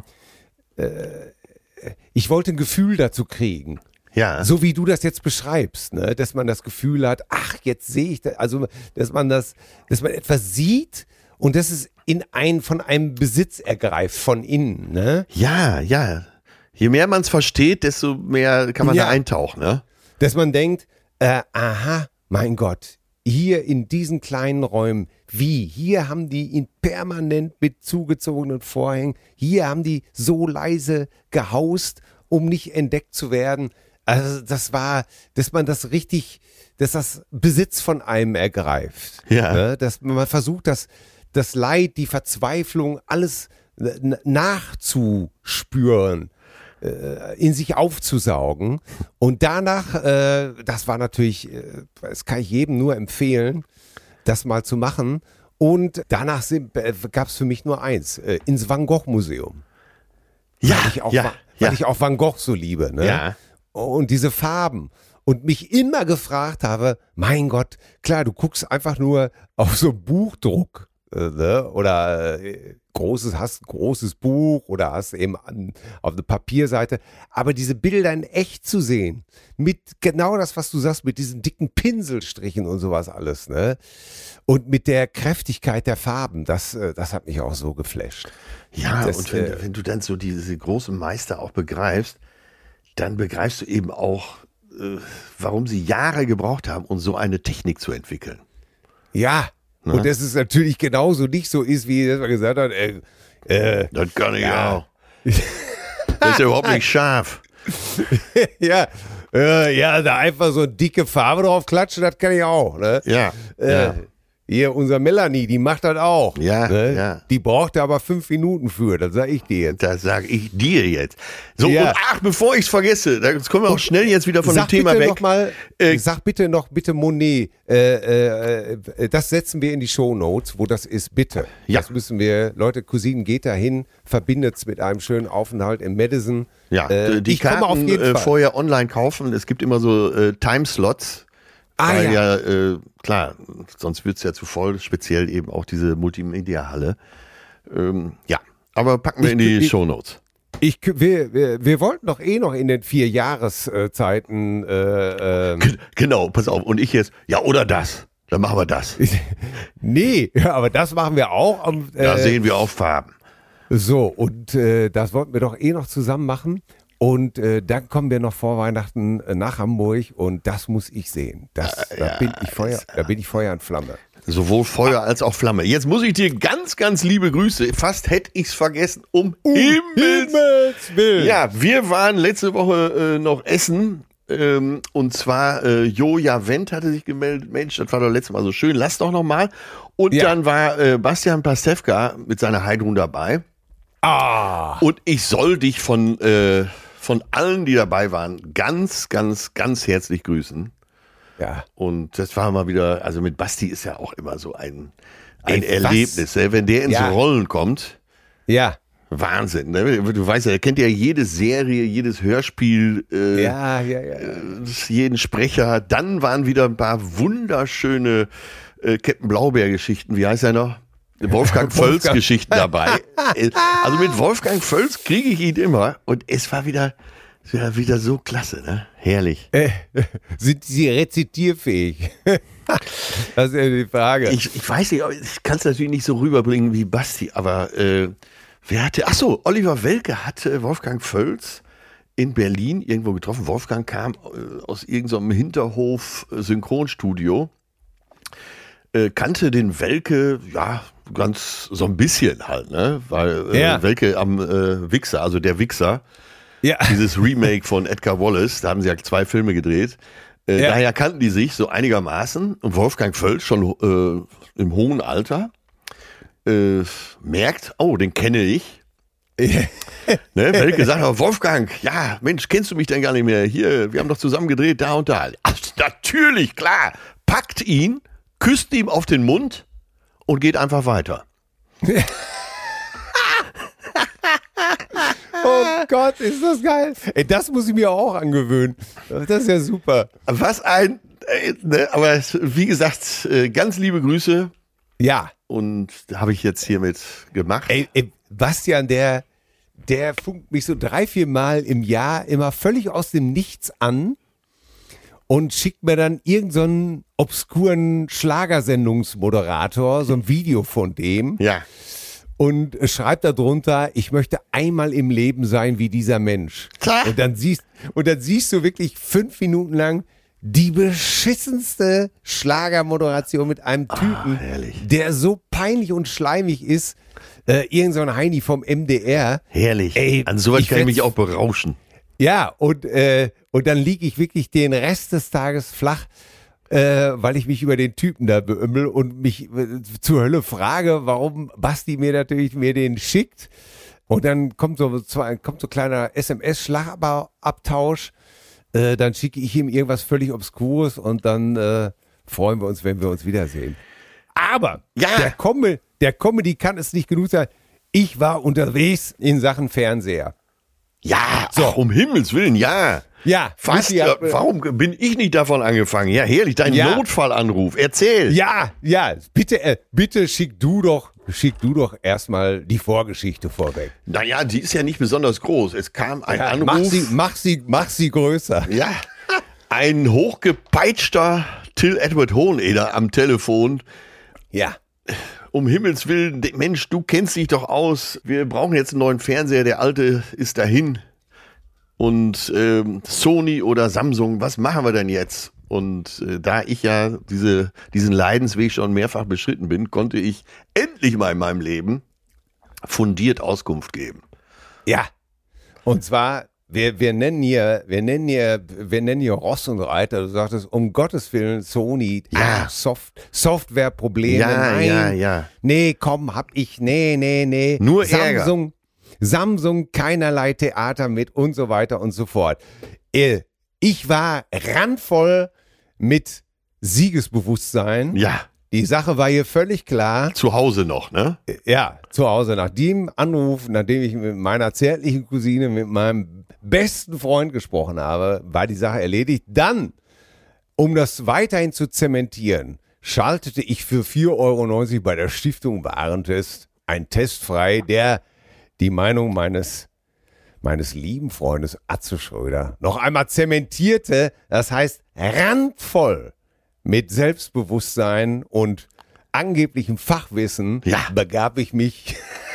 wollte ein Gefühl dazu kriegen. Ja. So wie du das jetzt beschreibst, ne? Dass man das Gefühl hat, ach, jetzt sehe ich das, also dass man etwas sieht und dass es von einem Besitz ergreift, von innen, ne? Ja. Je mehr man es versteht, desto mehr kann man da eintauchen, ne? Dass man denkt, aha, mein Gott, hier in diesen kleinen Räumen, hier haben die ihn permanent mit zugezogenen Vorhängen, hier haben die so leise gehaust, um nicht entdeckt zu werden. Also das war, dass das Besitz von einem ergreift. Ja. Ne? Dass man versucht, das Leid, die Verzweiflung, alles nachzuspüren, in sich aufzusaugen. Und danach, das war natürlich, das kann ich jedem nur empfehlen, das mal zu machen. Und danach gab es für mich nur eins, ins Van Gogh Museum. Ja, Weil ich auch Van Gogh so liebe. Ne? Ja. Und diese Farben. Und mich immer gefragt habe, mein Gott, klar, du guckst einfach nur auf so einen Buchdruck, ne? Oder hast ein großes Buch oder hast eben auf eine Papierseite. Aber diese Bilder in echt zu sehen, mit genau das, was du sagst, mit diesen dicken Pinselstrichen und sowas alles, ne? Und mit der Kräftigkeit der Farben, das hat mich auch so geflasht. Ja, und wenn du dann so diese großen Meister auch begreifst, dann begreifst du eben auch, warum sie Jahre gebraucht haben, um so eine Technik zu entwickeln. Ja, ne? Und dass es natürlich genauso nicht so ist, wie er gesagt hat. Das kann ich auch. Das ist ja überhaupt nicht scharf. Ja, da einfach so dicke Farbe drauf klatschen, das kann ich auch. Ne? Ja. Hier, unser Melanie, die macht das auch. Ja, ne? ja. Die braucht da aber 5 Minuten für, das sag ich dir jetzt. Das sage ich dir jetzt. So, Ja. und bevor ich es vergesse, jetzt kommen wir auch schnell jetzt wieder von dem Thema weg. Sag bitte Monet, das setzen wir in die Shownotes, wo das ist, bitte. Ja. Das müssen wir, Leute, Cousinen, geht dahin, verbindet es mit einem schönen Aufenthalt im Madison. Ja, die ich komme Karten auf jeden Fall. vorher online kaufen. Es gibt immer so Timeslots. Weil klar, sonst wird es ja zu voll, speziell eben auch diese Multimedia-Halle. Aber packen wir in die Shownotes. Wir wollten doch noch in den 4 Jahreszeiten. Genau, pass auf. Und ich jetzt, ja, oder das. Dann machen wir das. Nee, aber das machen wir auch. Da sehen wir auch Farben. So, und das wollten wir doch noch zusammen machen. Und dann kommen wir noch vor Weihnachten nach Hamburg und das muss ich sehen. Da bin ich Feuer und Flamme. Sowohl Feuer als auch Flamme. Jetzt muss ich dir ganz, ganz liebe Grüße. Fast hätte ich es vergessen. Himmels Willen. Ja, wir waren letzte Woche noch essen. Und zwar Joja Wendt hatte sich gemeldet. Mensch, das war doch letztes Mal so schön. Lass doch noch mal. Und dann war Bastian Pastewka mit seiner Heidrun dabei. Und ich soll dich von allen, die dabei waren, ganz, ganz, ganz herzlich grüßen. Ja. Und das war mal wieder, also mit Basti ist ja auch immer so ein Erlebnis. Wenn der ins Rollen kommt, Wahnsinn. Ne? Du weißt ja, er kennt ja jede Serie, jedes Hörspiel, jeden Sprecher. Dann waren wieder ein paar wunderschöne Captain Blaubeer-Geschichten. Wie heißt er noch? Wolfgang Völz-Geschichten dabei. Also mit Wolfgang Völz kriege ich ihn immer. Und es war wieder so klasse, ne? Herrlich. Sind sie rezitierfähig? Das ist ja die Frage. Ich weiß nicht, ich kann es natürlich nicht so rüberbringen wie Basti, aber Oliver Welke hatte Wolfgang Völz in Berlin irgendwo getroffen. Wolfgang kam aus irgendeinem Hinterhof Synchronstudio, kannte den Welke, ganz so ein bisschen halt, ne? Weil Welke am Wichser, also der Wichser, dieses Remake von Edgar Wallace, da haben sie ja 2 Filme gedreht. Daher kannten die sich so einigermaßen. Und Wolfgang Völz schon im hohen Alter merkt, den kenne ich. Ne? Welke sagt aber, Wolfgang, ja, Mensch, kennst du mich denn gar nicht mehr? Hier, wir haben doch zusammen gedreht, da und da. Ach, natürlich, klar. Packt ihn, küsst ihm auf den Mund und geht einfach weiter. Oh Gott, ist das geil. Ey, das muss ich mir auch angewöhnen. Das ist ja super. Was aber wie gesagt, ganz liebe Grüße. Ja. Und habe ich jetzt hiermit gemacht. Ey, Bastian, der funkt mich so 3-4 Mal im Jahr immer völlig aus dem Nichts an und schickt mir dann irgendeinen obskuren Schlagersendungsmoderator, so ein Video von dem. Ja. Und schreibt da drunter, ich möchte einmal im Leben sein wie dieser Mensch. Klar. Und dann siehst du wirklich 5 Minuten lang die beschissenste Schlagermoderation mit einem Typen, der so peinlich und schleimig ist. Irgend so ein Heini vom MDR. Herrlich. Ey, an sowas kann ich mich auch berauschen. Ja, und dann liege ich wirklich den Rest des Tages flach, weil ich mich über den Typen da beümmel und mich zur Hölle frage, warum Basti mir den schickt. Und dann kommt so kleiner SMS-Schlagabtausch. Dann schicke ich ihm irgendwas völlig Obskures und dann freuen wir uns, wenn wir uns wiedersehen. Aber Ja. der Comedy kann es nicht genug sein. Ich war unterwegs in Sachen Fernseher. Ja, So. ach, um Himmels Willen, ja. Ja, Fast, Michi hat- warum bin ich nicht davon angefangen? Ja, herrlich, dein Ja. Notfallanruf. Erzähl. Ja, bitte schick du doch erstmal die Vorgeschichte vorweg. Naja, die ist ja nicht besonders groß. Es kam ein Ja, Anruf. mach sie größer. Ja, ein hochgepeitschter Till Edward Hoheneder am Telefon. Ja. Um Himmels Willen, Mensch, du kennst dich doch aus. Wir brauchen jetzt einen neuen Fernseher. Der alte ist dahin. Und Sony oder Samsung, was machen wir denn jetzt? Und da ich ja diesen Leidensweg schon mehrfach beschritten bin, konnte ich endlich mal in meinem Leben fundiert Auskunft geben. Ja. Und zwar, wir nennen hier Ross und Reiter. Du sagtest, um Gottes Willen, Sony, Ja. Softwareprobleme. Ja, nein. ja. Nee, komm, nee. Nur Ärger. Samsung, keinerlei Theater mit und so weiter und so fort. Ich war randvoll mit Siegesbewusstsein. Ja, Die Sache war hier völlig klar. zu Hause noch, ne? Ja, zu Hause. Nach dem Anruf, nachdem ich mit meiner zärtlichen Cousine, mit meinem besten Freund gesprochen habe, war die Sache erledigt. Dann, um das weiterhin zu zementieren, schaltete ich für 4,90 € bei der Stiftung Warentest einen Test frei, der die Meinung meines lieben Freundes Atze Schröder noch einmal zementierte. Das heißt, randvoll mit Selbstbewusstsein und angeblichem Fachwissen Ja. begab ich mich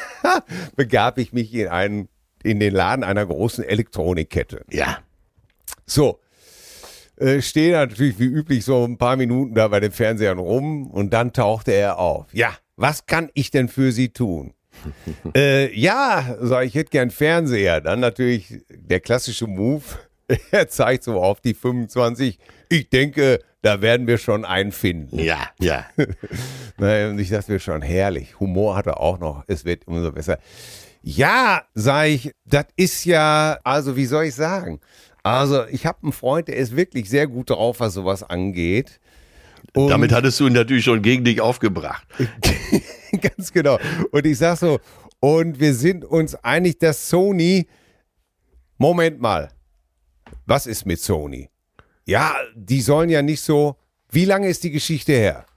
in den Laden einer großen Elektronikkette. Ja. So, stehe natürlich wie üblich so ein paar Minuten da bei den Fernsehern rum und dann tauchte er auf. Ja, was kann ich denn für Sie tun? Ja, sag ich, hätte gern Fernseher. Dann natürlich der klassische Move. Er zeigt so auf die 25. Ich denke, da werden wir schon einen finden. Ja. Naja, und ich dachte mir schon, herrlich. Humor hat er auch noch. Es wird umso besser. Ja, sag ich, das ist ja, also wie soll ich sagen? Also ich habe einen Freund, der ist wirklich sehr gut drauf, was sowas angeht. Und Damit hattest du ihn natürlich schon gegen dich aufgebracht. ganz genau. Und ich sag so, und wir sind uns einig, dass Sony, Moment mal, was ist mit Sony? Ja, die sollen ja nicht so, wie lange ist die Geschichte her?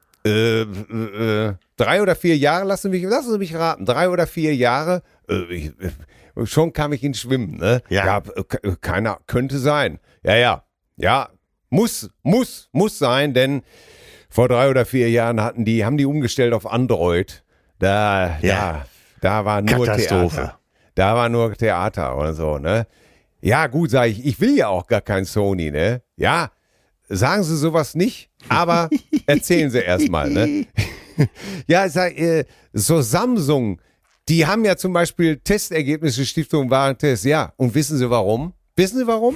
3 oder 4 Jahre, lassen Sie mich raten, 3 oder 4 Jahre, schon kam ich ins Schwimmen, ne? Ja. Keiner, könnte sein. Ja, muss sein, denn vor 3 oder 4 Jahren haben die umgestellt auf Android. Da war nur Katastrophe. Theater. Da war nur Theater oder so, ne? Ja, gut, sage ich will ja auch gar kein Sony, ne? Ja, sagen Sie sowas nicht, aber erzählen Sie erstmal, ne? Ja, ich sag, so Samsung, die haben ja zum Beispiel Testergebnisse Stiftung Warentest, ja. Und wissen Sie warum? Wissen Sie warum?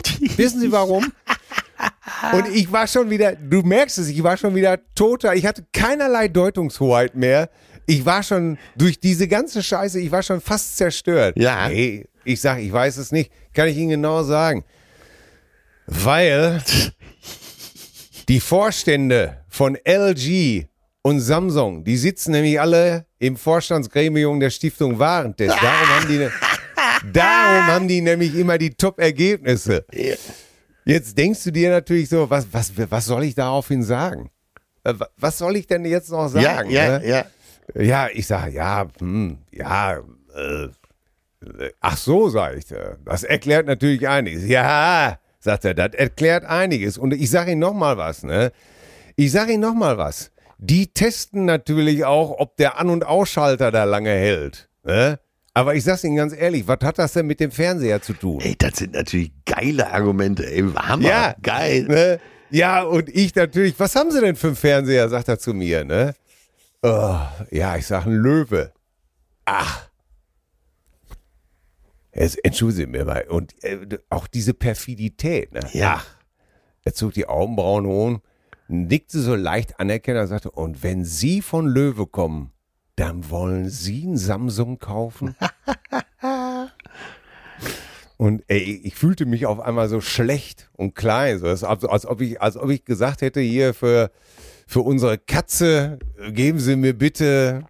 Und ich war schon wieder, du merkst es, ich war schon wieder total, ich hatte keinerlei Deutungshoheit mehr. Ich war schon durch diese ganze Scheiße, ich war schon fast zerstört. Ja. Hey, ich sag, ich weiß es nicht, kann ich Ihnen genau sagen. Weil die Vorstände von LG und Samsung, die sitzen nämlich alle im Vorstandsgremium der Stiftung Warentest. Darum haben die nämlich immer die Top-Ergebnisse. Jetzt denkst du dir natürlich so, was soll ich daraufhin sagen? Was soll ich denn jetzt noch sagen? Ne? Ja, ich sage, ach so, sage ich. Das erklärt natürlich einiges. Ja, sagt er, das erklärt einiges. Und ich sage Ihnen noch mal was, ne? Die testen natürlich auch, ob der An- und Ausschalter da lange hält. Ne? Aber ich sag's Ihnen ganz ehrlich, was hat das denn mit dem Fernseher zu tun? Ey, das sind natürlich geile Argumente, ey, Hammer, Ja, geil. Ne? Ja, und ich natürlich, was haben Sie denn für einen Fernseher, sagt er zu mir, ne? Oh, ja, ich sag, ein Löwe. Ach. Jetzt, entschuldigen Sie mir mal. Und auch diese Perfidität, ne? Ja. Ach. Er zog die Augenbrauen hoch, nickte so leicht anerkennend und sagte, und wenn Sie von Löwe kommen, dann wollen Sie einen Samsung kaufen? Und ich fühlte mich auf einmal so schlecht und klein, so als ob ich gesagt hätte, hier für unsere Katze geben Sie mir bitte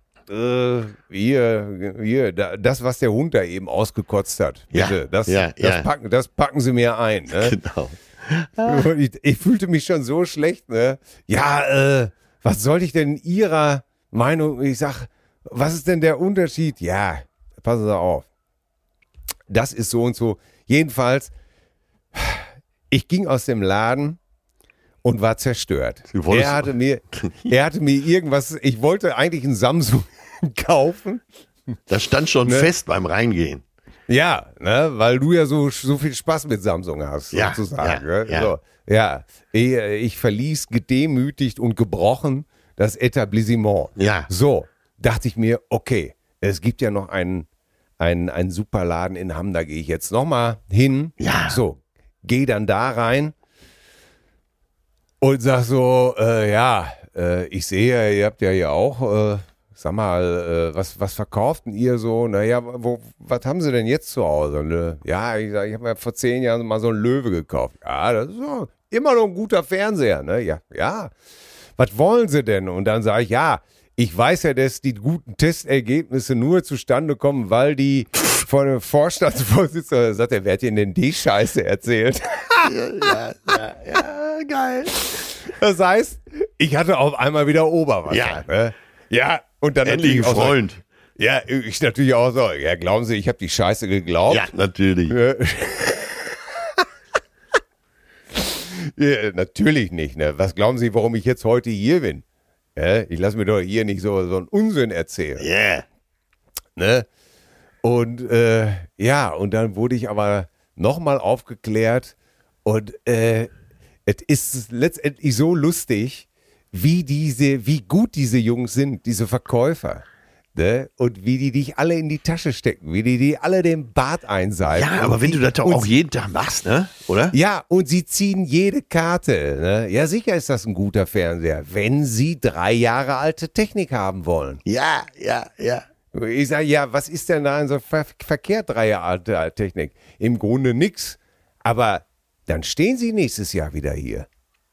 das, was der Hund da eben ausgekotzt hat. Bitte, das packen Sie mir ein. Ne? Genau. Und ich fühlte mich schon so schlecht. Ne? Ja, was sollte ich denn in Ihrer Meinung? Ich sag, was ist denn der Unterschied? Ja, passen Sie auf. Das ist so und so. Jedenfalls, ich ging aus dem Laden und war zerstört. Er hatte mir irgendwas, ich wollte eigentlich einen Samsung kaufen. Das stand schon fest beim Reingehen. Ja, ne, weil du ja so viel Spaß mit Samsung hast, sozusagen. Ich verließ gedemütigt und gebrochen das Etablissement. Ja. So, dachte ich mir, okay, es gibt ja noch einen Superladen in Hamm, da gehe ich jetzt nochmal hin. Ja. So, gehe dann da rein und sag so, ich sehe, ihr habt ja hier auch, sag mal, was verkauft denn ihr so? Naja, was haben Sie denn jetzt zu Hause? Ne? Ja, ich habe mir vor 10 Jahren mal so einen Löwe gekauft. Ja, das ist so, immer noch ein guter Fernseher. Ne? Ja. Was wollen Sie denn? Und dann sage ich, ja, ich weiß ja, dass die guten Testergebnisse nur zustande kommen, weil die von dem Vorstandsvorsitzenden sagt, wer hat Ihnen denn die Scheiße erzählt? Ja, geil. Das heißt, ich hatte auf einmal wieder Oberwasser. Ja. Ne? Ja, und dann endlich ein Freund. So, ja, ich natürlich auch so. Ja, glauben Sie, ich habe die Scheiße geglaubt? Ja, natürlich. Ja, natürlich nicht. Ne? Was glauben Sie, warum ich jetzt heute hier bin? Ja, ich lasse mir doch hier nicht so einen Unsinn erzählen. Yeah. Ne? Und und dann wurde ich aber nochmal aufgeklärt und es ist letztendlich so lustig, wie gut diese Jungs sind, diese Verkäufer. Ne? Und wie die dich alle in die Tasche stecken, wie die alle den Bart einseifen. Ja, aber wenn du das doch auch jeden Tag machst, ne? Oder? Ja, und sie ziehen jede Karte. Ne? Ja, sicher ist das ein guter Fernseher, wenn sie 3 Jahre alte Technik haben wollen. Ja. Ich sage, ja, was ist denn da in so verkehrt 3 Jahre alte Technik? Im Grunde nix. Aber dann stehen sie nächstes Jahr wieder hier.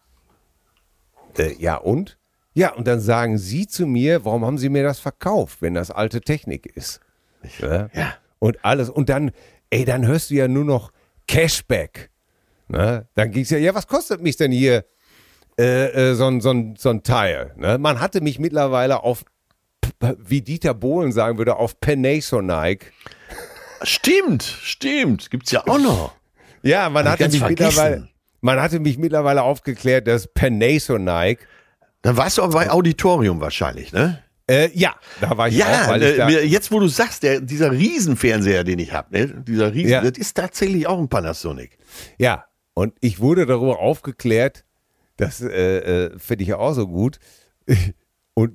Ja, und? Ja, und dann sagen sie zu mir, warum haben sie mir das verkauft, wenn das alte Technik ist? Ja. Und alles. Und dann hörst du ja nur noch Cashback. Ne? Dann ging es ja, was kostet mich denn hier so ein Teil? Ne? Man hatte mich mittlerweile auf, wie Dieter Bohlen sagen würde, auf Panasonic. Stimmt. Gibt's ja auch noch. Ja, man hatte mich mittlerweile aufgeklärt, dass Panasonic. Dann warst du aber bei Auditorium wahrscheinlich, ne? Ja, da war ich auch. Jetzt wo du sagst, dieser Riesenfernseher, den ich habe, ne? Das ist tatsächlich auch ein Panasonic. Ja, und ich wurde darüber aufgeklärt, das finde ich ja auch so gut. Und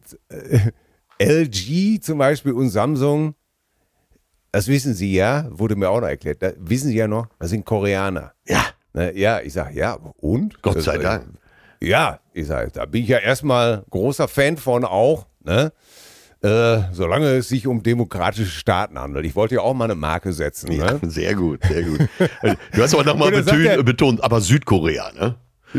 LG zum Beispiel und Samsung, das wissen Sie ja, wurde mir auch noch erklärt, das wissen Sie ja noch, das sind Koreaner. Ja. Ja, ich sage, ja, und? Gott sei Dank. Ja, ich sage, da bin ich ja erstmal großer Fan von auch, ne? Solange es sich um demokratische Staaten handelt. Ich wollte ja auch mal eine Marke setzen. Ne? Ja, sehr gut. Du hast aber nochmal betont, aber Südkorea, ne?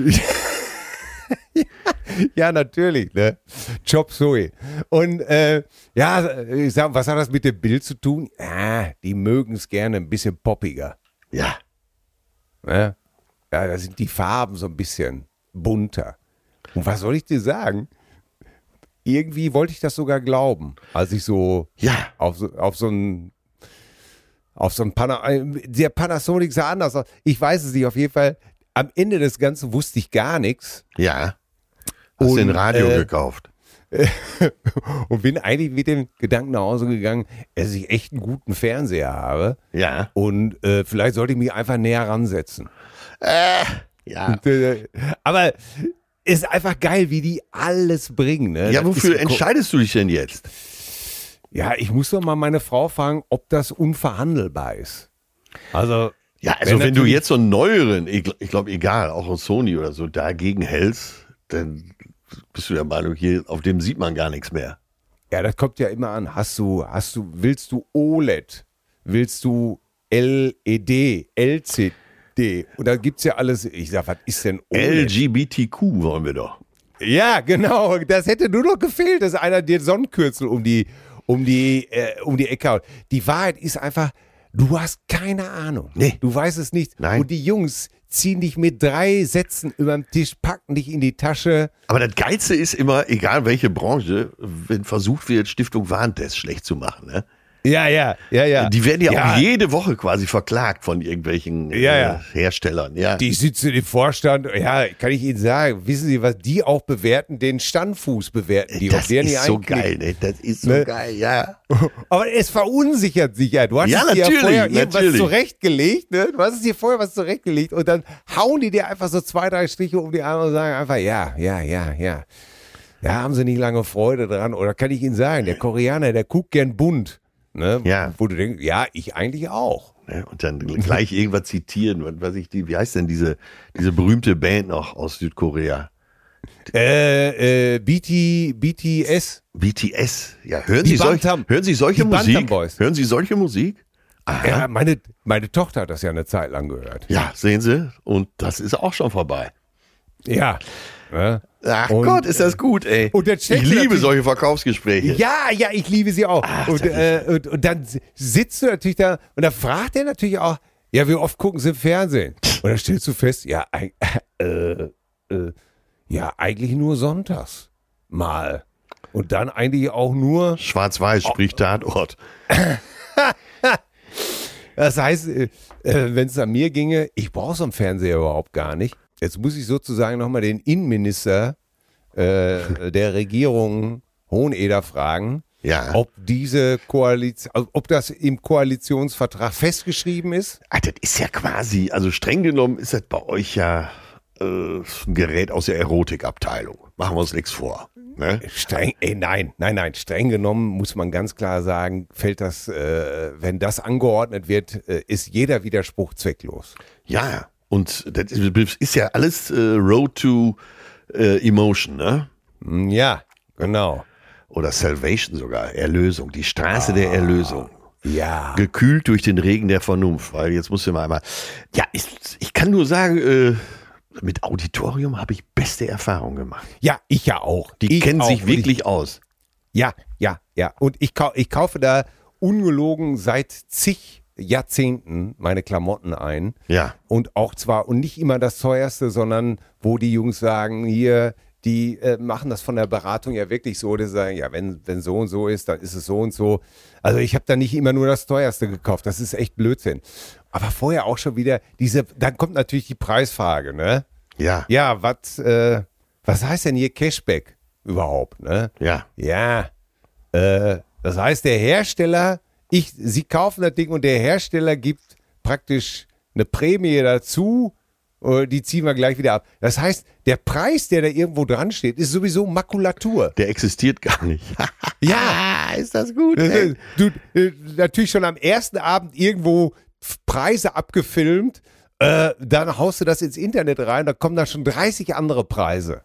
Ja, natürlich, ne? Chop Suey. Und ich sag, was hat das mit dem Bild zu tun? Die mögen es gerne ein bisschen poppiger. Ja. Ne? Ja, da sind die Farben so ein bisschen bunter. Und was soll ich dir sagen? Irgendwie wollte ich das sogar glauben, als ich so auf so ein der Panasonic sah anders aus. Ich weiß es nicht, auf jeden Fall. Am Ende des Ganzen wusste ich gar nichts. Ja. Hast den Radio gekauft. Und bin eigentlich mit dem Gedanken nach Hause gegangen, dass ich echt einen guten Fernseher habe. Ja. Und vielleicht sollte ich mich einfach näher ransetzen. Ja. Aber es ist einfach geil, wie die alles bringen. Ne? Ja, wofür entscheidest du dich denn jetzt? Ja, ich muss doch mal meine Frau fragen, ob das unverhandelbar ist. Also, wenn du jetzt so einen neueren, ich glaube, egal, auch ein Sony oder so, dagegen hältst, dann bist du der Meinung, hier, auf dem sieht man gar nichts mehr. Ja, das kommt ja immer an. Willst du OLED? Willst du LED, LCD. Und da gibt es ja alles. Ich sag, was ist denn OLED? LGBTQ wollen wir doch. Ja, genau. Das hätte nur noch gefehlt, dass einer dir Sonnenkürzel um die Ecke haut. Die Wahrheit ist einfach, du hast keine Ahnung. Nee. Du weißt es nicht. Nein. Und die Jungs ziehen dich mit 3 Sätzen über den Tisch, packen dich in die Tasche. Aber das Geilste ist immer, egal welche Branche, wenn versucht wird, Stiftung Warentest schlecht zu machen. Ne? Ja. Die werden ja auch jede Woche quasi verklagt von irgendwelchen Herstellern. Ja. Die sitzen im Vorstand, ja, kann ich Ihnen sagen, wissen Sie, was die auch bewerten? Den Standfuß bewerten die. Das ist so geil, ne? Das ist so geil, ja. Aber es verunsichert sich ja. Du hast es dir vorher irgendwas zurechtgelegt, ne? Du hast es dir vorher was zurechtgelegt und dann hauen die dir einfach so 2, 3 Striche um die Arme und sagen einfach, ja. Da haben sie nicht lange Freude dran. Oder kann ich Ihnen sagen, der Koreaner, der guckt gern bunt. Ne? Ja. Wo du denkst, ja, ich eigentlich auch. Und dann gleich irgendwas zitieren. Wie heißt denn diese berühmte Band noch aus Südkorea? BTS. BTS. Ja, hören Sie solche Musik? Hören Sie solche Musik? Aha. Ja, meine Tochter hat das ja eine Zeit lang gehört. Ja, sehen Sie? Und das ist auch schon vorbei. Ja. Ach Gott, ist das gut, ey. Und ich liebe solche Verkaufsgespräche. Ja, ich liebe sie auch. Und dann sitzt du natürlich da und da fragt er natürlich auch, ja, wie oft gucken Sie im Fernsehen? Und dann stellst du fest, ja, eigentlich nur sonntags mal. Und dann eigentlich auch nur Schwarz-Weiß, sprich Tatort. Das heißt, wenn es an mir ginge, ich brauche so einen Fernseher überhaupt gar nicht. Jetzt muss ich sozusagen nochmal den Innenminister der Regierung Hoheneder fragen, ob diese ob das im Koalitionsvertrag festgeschrieben ist. Ach, das ist ja quasi, also streng genommen ist das bei euch ja ein Gerät aus der Erotikabteilung. Machen wir uns nichts vor. Ne? Nein. Streng genommen muss man ganz klar sagen, fällt das, wenn das angeordnet wird, ist jeder Widerspruch zwecklos. Ja, und das ist ja alles Road to Emotion, ne? Ja, genau. Oder Salvation sogar, Erlösung, die Straße der Erlösung. Ja. Gekühlt durch den Regen der Vernunft, weil jetzt musst du mal einmal, ja, ich kann nur sagen, mit Auditorium habe ich beste Erfahrungen gemacht. Ja, ich ja auch. Die kennen sich wirklich aus. Ja. Und ich kaufe da ungelogen seit zig Jahrzehnten meine Klamotten ein. Ja. Und auch zwar, und nicht immer das teuerste, sondern wo die Jungs sagen, hier, die machen das von der Beratung ja wirklich so, die sagen, ja, wenn so und so ist, dann ist es so und so. Also ich habe da nicht immer nur das teuerste gekauft, das ist echt Blödsinn. Aber vorher auch schon wieder dann kommt natürlich die Preisfrage, ne? Ja. Ja, was heißt denn hier Cashback überhaupt, ne? Ja. Ja, das heißt, der Hersteller, Sie kaufen das Ding und der Hersteller gibt praktisch eine Prämie dazu, die ziehen wir gleich wieder ab. Das heißt, der Preis, der da irgendwo dran steht, ist sowieso Makulatur. Der existiert gar nicht. Ja, ist das gut. Du, natürlich schon am ersten Abend irgendwo Preise abgefilmt, dann haust du das ins Internet rein, da kommen da schon 30 andere Preise.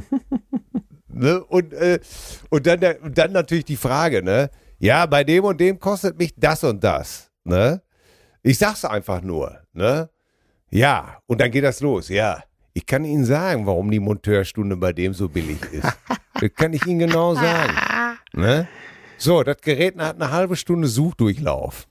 Ne? Und dann natürlich die Frage, ne? Ja, bei dem und dem kostet mich das und das. Ne? Ich sag's einfach nur, ne? Ja, und dann geht das los, ja. Ich kann Ihnen sagen, warum die Monteurstunde bei dem so billig ist. Das kann ich Ihnen genau sagen. Ne? So, das Gerät hat eine halbe Stunde Suchdurchlauf.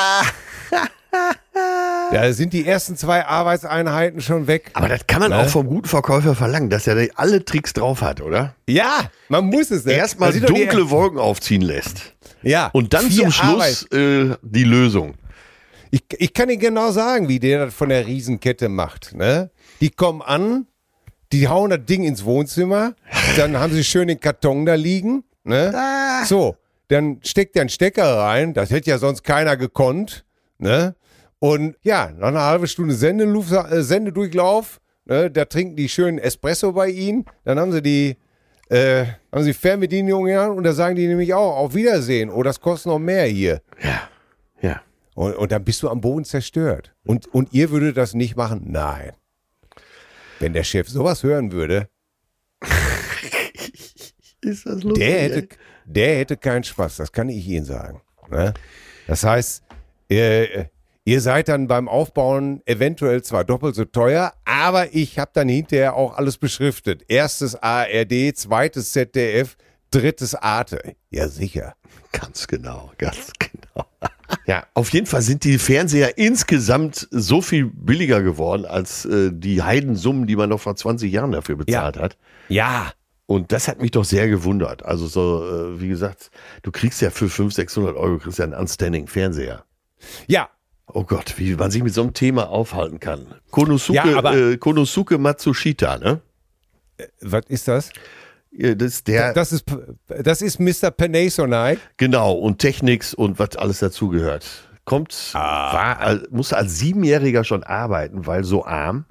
Da sind die ersten 2 Arbeitseinheiten schon weg. Aber das kann man auch vom guten Verkäufer verlangen, dass er alle Tricks drauf hat, oder? Ja, man muss es. Erstmal dunkle Wolken aufziehen lässt. Ja. Und dann zum Schluss die Lösung. Ich kann Ihnen genau sagen, wie der das von der Riesenkette macht. Ne? Die kommen an, die hauen das Ding ins Wohnzimmer, dann haben sie schön den Karton da liegen. Ne? So, dann steckt der einen Stecker rein, das hätte ja sonst keiner gekonnt. Ne? Und ja, nach einer halben Stunde Sendedurchlauf, ne, da trinken die schönen Espresso bei Ihnen, dann haben sie Fernbedienung und da sagen die nämlich auch, auf Wiedersehen, oh, das kostet noch mehr hier. Ja. Und dann bist du am Boden zerstört. Und ihr würdet das nicht machen? Nein. Wenn der Chef sowas hören würde, ist das lustig, der hätte keinen Spaß, das kann ich Ihnen sagen. Ne? Das heißt, ich Ihr seid dann beim Aufbauen eventuell zwar doppelt so teuer, aber ich habe dann hinterher auch alles beschriftet. Erstes ARD, zweites ZDF, drittes Arte. Ja, sicher. Ganz genau, ganz genau. Ja, auf jeden Fall sind die Fernseher insgesamt so viel billiger geworden als die Heidensummen, die man noch vor 20 Jahren dafür bezahlt hat. Ja. Und das hat mich doch sehr gewundert. Also so, wie gesagt, du kriegst ja für 500, 600 Euro kriegst ja einen Unstanding Fernseher. Ja. Oh Gott, wie man sich mit so einem Thema aufhalten kann. Konosuke Matsushita, ne? Was ist das? Das ist Mr. Panasonic. Genau, und Technics und was alles dazugehört. Musste als 7-Jähriger schon arbeiten, weil so arm.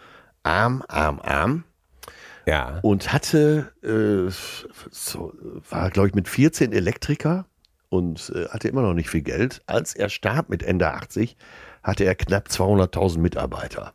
Ja. Und hatte, war glaube ich mit 14 Elektriker und hatte immer noch nicht viel Geld. Als er starb mit Ende 80, hatte er knapp 200.000 Mitarbeiter.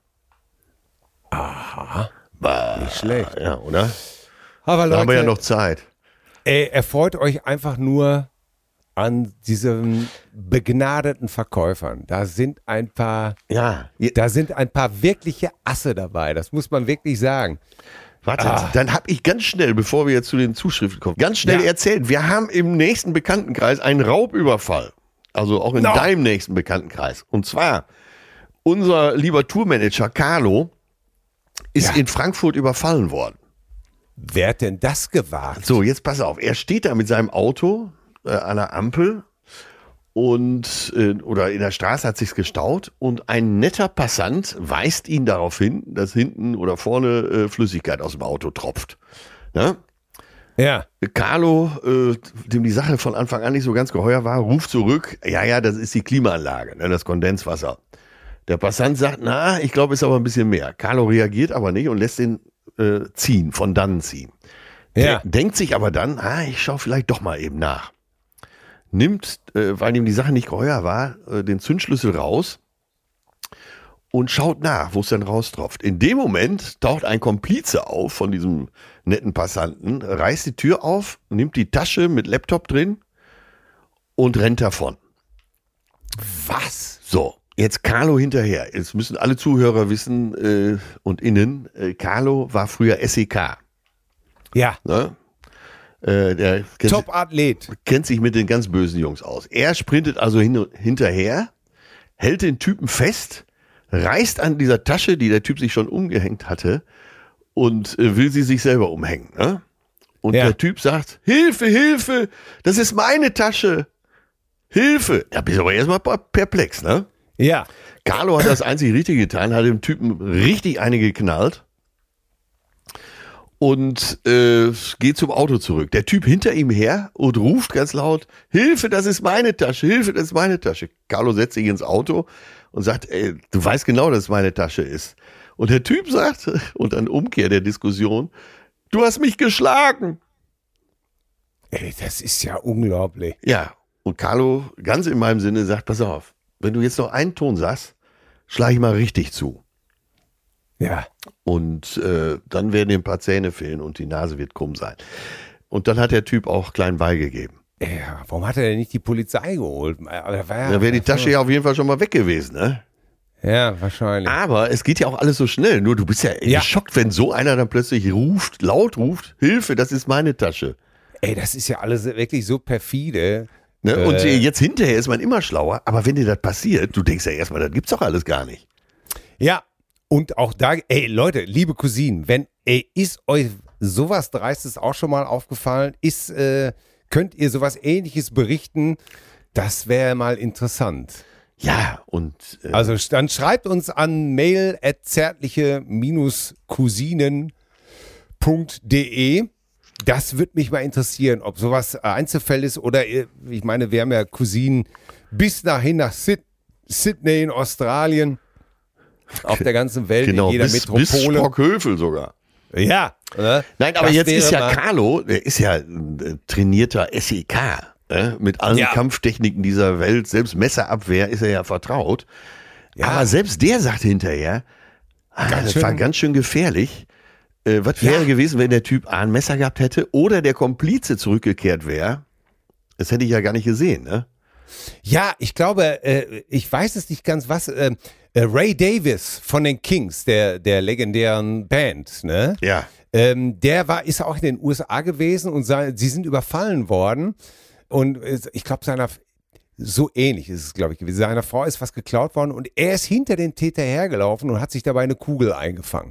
Aha. Nicht schlecht. Ja, oder? Aber Leute, da haben wir ja noch Zeit. Erfreut euch einfach nur an diesen begnadeten Verkäufern. Da sind ein paar wirkliche Asse dabei. Das muss man wirklich sagen. Warte, dann habe ich ganz schnell, bevor wir jetzt zu den Zuschriften kommen, erzählt, wir haben im nächsten Bekanntenkreis einen Raubüberfall. Also auch in deinem nächsten Bekanntenkreis. Und zwar, unser lieber Tourmanager Carlo ist in Frankfurt überfallen worden. Wer hat denn das gewagt? So, jetzt pass auf. Er steht da mit seinem Auto an der Ampel und oder in der Straße hat sich's gestaut und ein netter Passant weist ihn darauf hin, dass hinten oder vorne Flüssigkeit aus dem Auto tropft. Ne? Ja. Carlo, dem die Sache von Anfang an nicht so ganz geheuer war, ruft zurück, ja, das ist die Klimaanlage, ne, das Kondenswasser. Der Passant sagt, ich glaube, es ist aber ein bisschen mehr. Carlo reagiert aber nicht und lässt den von dannen ziehen. Der denkt sich aber dann, ich schaue vielleicht doch mal eben nach. Nimmt, weil ihm die Sache nicht geheuer war, den Zündschlüssel raus und schaut nach, wo es dann raustropft. In dem Moment taucht ein Komplize auf von diesem netten Passanten, reißt die Tür auf, nimmt die Tasche mit Laptop drin und rennt davon. Was? So. Jetzt Carlo hinterher. Jetzt müssen alle Zuhörer wissen und innen, Carlo war früher SEK. Ja. Ne? Der Top-Athlet. Kennt sich mit den ganz bösen Jungs aus. Er sprintet also hinterher, hält den Typen fest, reißt an dieser Tasche, die der Typ sich schon umgehängt hatte, und will sie sich selber umhängen. Ne? Und der Typ sagt, Hilfe, das ist meine Tasche. Hilfe. Da bist du aber erstmal perplex, ne? Ja. Carlo hat das einzig Richtige getan, hat dem Typen richtig eine geknallt und geht zum Auto zurück. Der Typ hinter ihm her und ruft ganz laut, Hilfe, das ist meine Tasche, Hilfe, das ist meine Tasche. Carlo setzt sich ins Auto und sagt, du weißt genau, dass es meine Tasche ist. Und der Typ sagt, und dann Umkehr der Diskussion, du hast mich geschlagen. Das ist ja unglaublich. Ja, und Carlo ganz in meinem Sinne sagt, pass auf, wenn du jetzt noch einen Ton sagst, schlage ich mal richtig zu. Ja. Und dann werden dir ein paar Zähne fehlen und die Nase wird krumm sein. Und dann hat der Typ auch klein beigegeben. Ja, warum hat er denn nicht die Polizei geholt? Da wäre die Tasche ja auf jeden Fall schon mal weg gewesen, ne? Ja, wahrscheinlich. Aber es geht ja auch alles so schnell. Nur du bist ja geschockt, wenn so einer dann plötzlich laut ruft, Hilfe, das ist meine Tasche. Das ist ja alles wirklich so perfide. Ne? Und jetzt hinterher ist man immer schlauer, aber wenn dir das passiert, du denkst ja erstmal, das gibt's doch alles gar nicht. Ja, und auch da, Leute, liebe Cousinen, ist euch sowas Dreistes auch schon mal aufgefallen? Könnt ihr sowas Ähnliches berichten? Das wäre mal interessant. Ja, und also dann schreibt uns an mail@zärtliche-cousinen.de. Das würde mich mal interessieren, ob sowas Einzelfall ist oder, ich meine, wir haben ja Cousinen bis nach Sydney in Australien, auf der ganzen Welt, genau, in jeder Metropole. Bis Sprockhövel sogar. Ja. Nein, aber das jetzt ist ja Carlo, der ist ja ein trainierter SEK, mit allen Kampftechniken dieser Welt, selbst Messerabwehr ist er ja vertraut. Ja. Aber selbst der sagt hinterher, das war ganz schön gefährlich. Was wäre gewesen, wenn der Typ ein Messer gehabt hätte oder der Komplize zurückgekehrt wäre? Das hätte ich ja gar nicht gesehen, ne? Ja, ich glaube, ich weiß es nicht ganz, was, Ray Davies von den Kings, der legendären Band, ne? Ja. Der ist auch in den USA gewesen und sie sind überfallen worden und ich glaube, so ähnlich ist es, glaube ich, gewesen. Seiner Frau ist was geklaut worden und er ist hinter den Täter hergelaufen und hat sich dabei eine Kugel eingefangen.